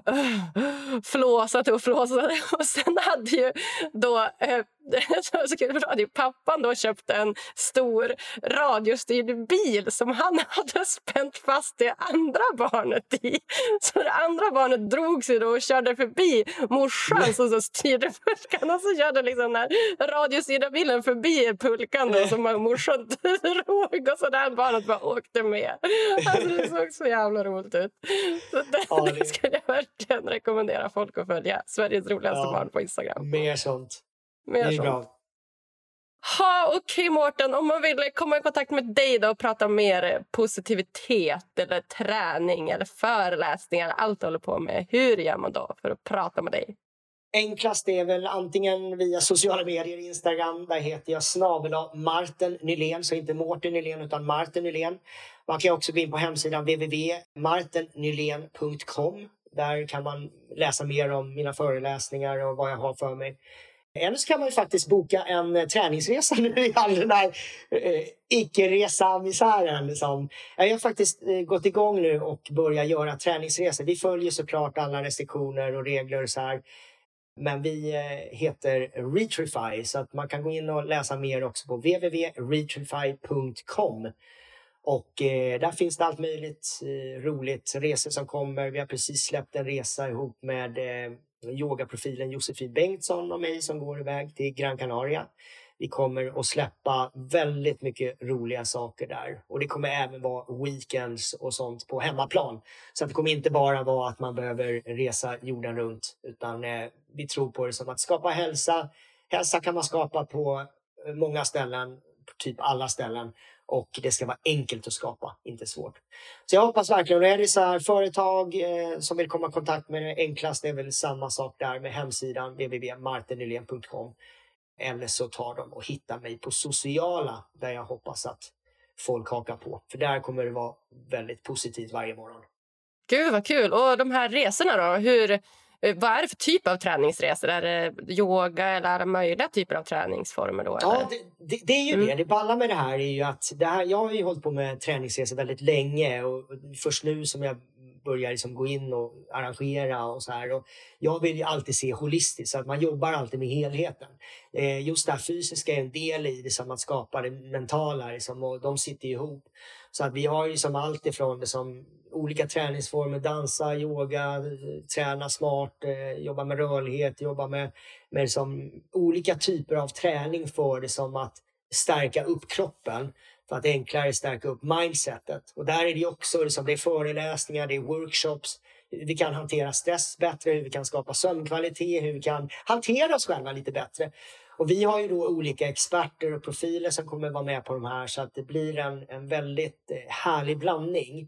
flåsade och sen hade ju då så kul för att pappan då köpte en stor radiostyrd bil som han hade spänt fast det andra barnet i. Så det andra barnet drog sig då och körde förbi morsan som så styrde pulkan och så körde liksom den här radiostyrda bilen förbi pulkan då som morsan drog och så där barnet bara åkte med. Alltså det såg så jävla roligt ut. Så det skulle jag verkligen rekommendera folk att följa. Sveriges roligaste barn på Instagram. Mer sånt. Det är bra. Okej Mårten, om man vill komma i kontakt med dig då och prata mer positivitet eller träning eller föreläsningar, allt du håller på med, hur gör man då för att prata med dig? Enklast är väl antingen via sociala medier, Instagram. Där heter jag @Martin Nylén. Så inte Mårten Nylén utan Martin Nylén. Man kan också gå in på hemsidan www.martinnylén.com. Där kan man läsa mer om mina föreläsningar och vad jag har för mig. Eller så kan man ju faktiskt boka en träningsresa nu i all den här icke-resa-misären. Liksom. Jag har faktiskt gått igång nu och börjat göra träningsresor. Vi följer såklart alla restriktioner och regler och så här. Men vi heter Retrify, så att man kan gå in och läsa mer också på www.retrify.com. Och där finns det allt möjligt roligt, resor som kommer. Vi har precis släppt en resa ihop med yogaprofilen Josefin Bengtsson och mig som går iväg till Gran Canaria. Vi kommer att släppa väldigt mycket roliga saker där. Och det kommer även vara weekends och sånt på hemmaplan. Så att det kommer inte bara vara att man behöver resa jorden runt. Utan vi tror på det som att skapa hälsa. Hälsa kan man skapa på många ställen, typ alla ställen. Och det ska vara enkelt att skapa, inte svårt. Så jag hoppas verkligen, är det så här företag som vill komma i kontakt med det, enklast är väl samma sak där med hemsidan www.martinnylén.com. Eller så tar de och hittar mig på sociala, där jag hoppas att folk hakar på. För där kommer det vara väldigt positivt varje morgon. Gud vad kul! Och de här resorna då, vad är det för typ av träningsresor? Är det yoga eller är det möjliga typer av träningsformer då? Ja, det är ju det. Det balla med det här är ju att jag har ju hållit på med träningsresor väldigt länge. Och först nu som jag börjar liksom gå in och arrangera och så här. Och jag vill ju alltid se holistiskt, så att man jobbar alltid med helheten. Just det här fysiska är en del i det, som att skapa det mentala liksom, och de sitter ihop. Så att vi har ju som allt ifrån det som olika träningsformer, dansa, yoga, träna smart, jobba med rörlighet, jobba med som olika typer av träning för det, som att stärka upp kroppen. För att enklare stärka upp mindsetet. Och där är det också liksom, det är föreläsningar, det är workshops. Hur vi kan hantera stress bättre, hur vi kan skapa sömnkvalitet, hur vi kan hantera oss själva lite bättre. Och vi har ju då olika experter och profiler som kommer vara med på de här. Så att det blir en väldigt härlig blandning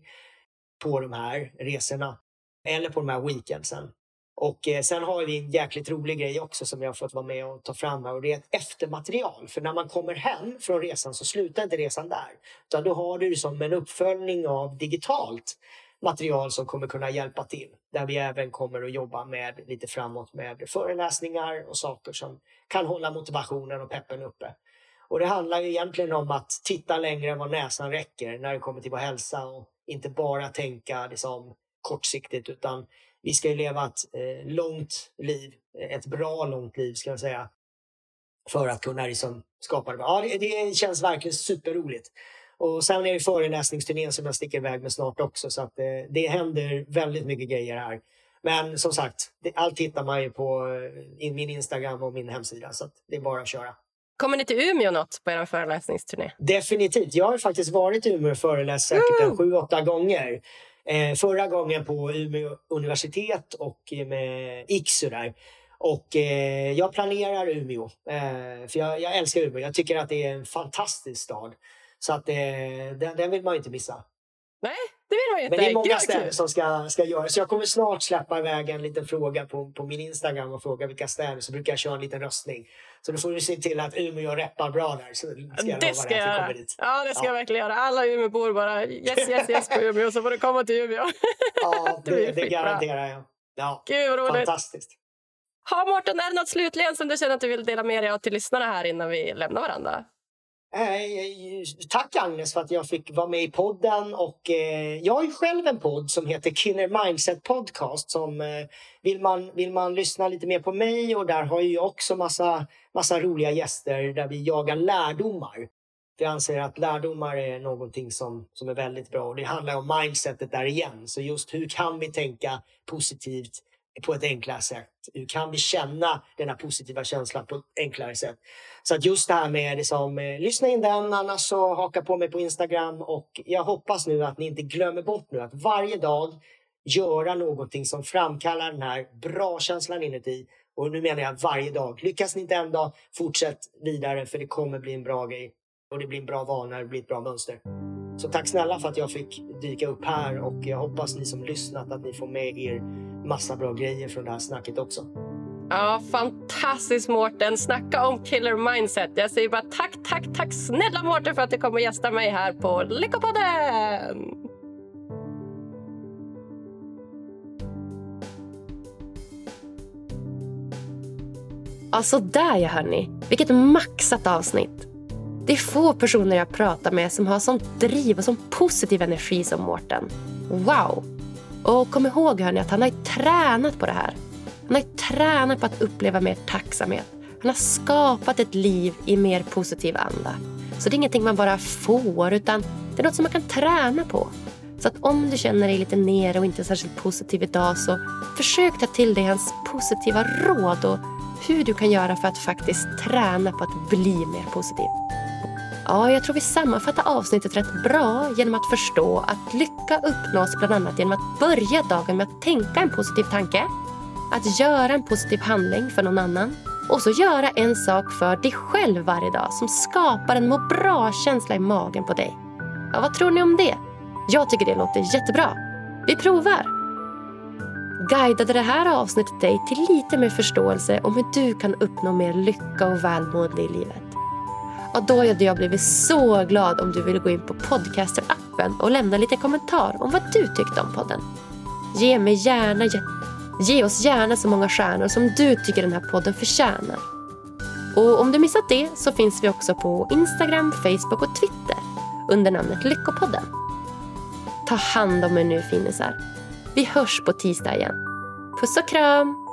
på de här resorna. Eller på de här weekendsen. Och sen har vi en jäkligt rolig grej också som jag har fått vara med och ta fram här. Och det är ett eftermaterial. För när man kommer hem från resan så slutar inte resan där. Utan då har du som en uppföljning av digitalt material som kommer kunna hjälpa till. Där vi även kommer att jobba med lite framåt med föreläsningar och saker som kan hålla motivationen och peppen uppe. Och det handlar ju egentligen om att titta längre än vad näsan räcker när det kommer till vår hälsa. Och inte bara tänka liksom kortsiktigt, utan vi ska ju leva ett långt liv, ett bra långt liv ska jag säga, för att kunna liksom skapa det. Ja, det känns verkligen superroligt. Och sen är det föreläsningsturnén som jag sticker iväg med snart också, så att det händer väldigt mycket grejer här. Men som sagt, allt hittar man ju på min Instagram och min hemsida, så att det är bara att köra. Kommer ni till Umeå något på er föreläsningsturné? Definitivt. Jag har faktiskt varit i Umeå och föreläst säkert 7-8 gånger. Förra gången på Umeå universitet och med IKSU där. Och jag planerar Umeå. För jag älskar Umeå. Jag tycker att det är en fantastisk stad. Så att den vill man ju inte missa. Nej, det vill man ju inte. Men det är många städer som ska göra. Så jag kommer snart släppa iväg en liten fråga på min Instagram och fråga vilka städer. Så brukar jag köra en liten röstning. Så då får du se till att Umeå reppar bra där. Så ska jag det ska jag göra. Dit. Ja, det ska jag verkligen göra. Alla Umeåbor bara yes på Umeå, så får du komma till Umeå. Ja, det garanterar jag. Ja, gud vad roligt. Fantastiskt. Ja, Mårten, är det något slutligen som du känner att du vill dela med dig av till lyssnarna här innan vi lämnar varandra? Tack Agnes för att jag fick vara med i podden, och jag har ju själv en podd som heter Killer Mindset Podcast, som vill man lyssna lite mer på mig, och där har jag också massa roliga gäster där vi jagar lärdomar. Jag anser att lärdomar är någonting som är väldigt bra, och det handlar om mindsetet där igen. Så just hur kan vi tänka positivt på ett enklare sätt? Hur kan vi känna den här positiva känslan på ett enklare sätt? Så att just det här med det som, lyssna in den, annars så haka på mig på Instagram. Och jag hoppas nu att ni inte glömmer bort nu att varje dag göra någonting som framkallar den här bra känslan inuti. Och nu menar jag varje dag. Lyckas ni inte en dag, fortsätt vidare, för det kommer bli en bra grej. Och det blir en bra vana, det blir ett bra mönster. Så tack snälla för att jag fick dyka upp här, och jag hoppas ni som lyssnat att ni får med er massa bra grejer från det här snacket också. Ja, fantastiskt Mårten. Snacka om killer mindset. Jag säger bara tack snälla Mårten för att du kommer gästa mig här på Lyckopodden. Alltså där ja hörni. Vilket maxat avsnitt. Det är få personer jag pratar med som har sånt driv och sån positiv energi som Mårten. Wow. Och kom ihåg hörni att han har tränat på det här. Han har tränat på att uppleva mer tacksamhet. Han har skapat ett liv i mer positiv anda. Så det är ingenting man bara får utan det är något som man kan träna på. Så att om du känner dig lite nere och inte särskilt positiv idag så försök ta till dig hans positiva råd och hur du kan göra för att faktiskt träna på att bli mer positiv. Ja, jag tror vi sammanfattar avsnittet rätt bra genom att förstå att lycka uppnås bland annat genom att börja dagen med att tänka en positiv tanke, att göra en positiv handling för någon annan och så göra en sak för dig själv varje dag som skapar en må bra-känsla i magen på dig. Ja, vad tror ni om det? Jag tycker det låter jättebra. Vi provar! Guidade det här avsnittet dig till lite mer förståelse om hur du kan uppnå mer lycka och välmående i livet? Och då hade jag blivit så glad om du ville gå in på Podcaster-appen och lämna lite kommentar om vad du tyckte om podden. Ge oss gärna så många stjärnor som du tycker den här podden förtjänar. Och om du missat det så finns vi också på Instagram, Facebook och Twitter under namnet Lyckopodden. Ta hand om er nu finisar. Vi hörs på tisdag igen. Puss och kram!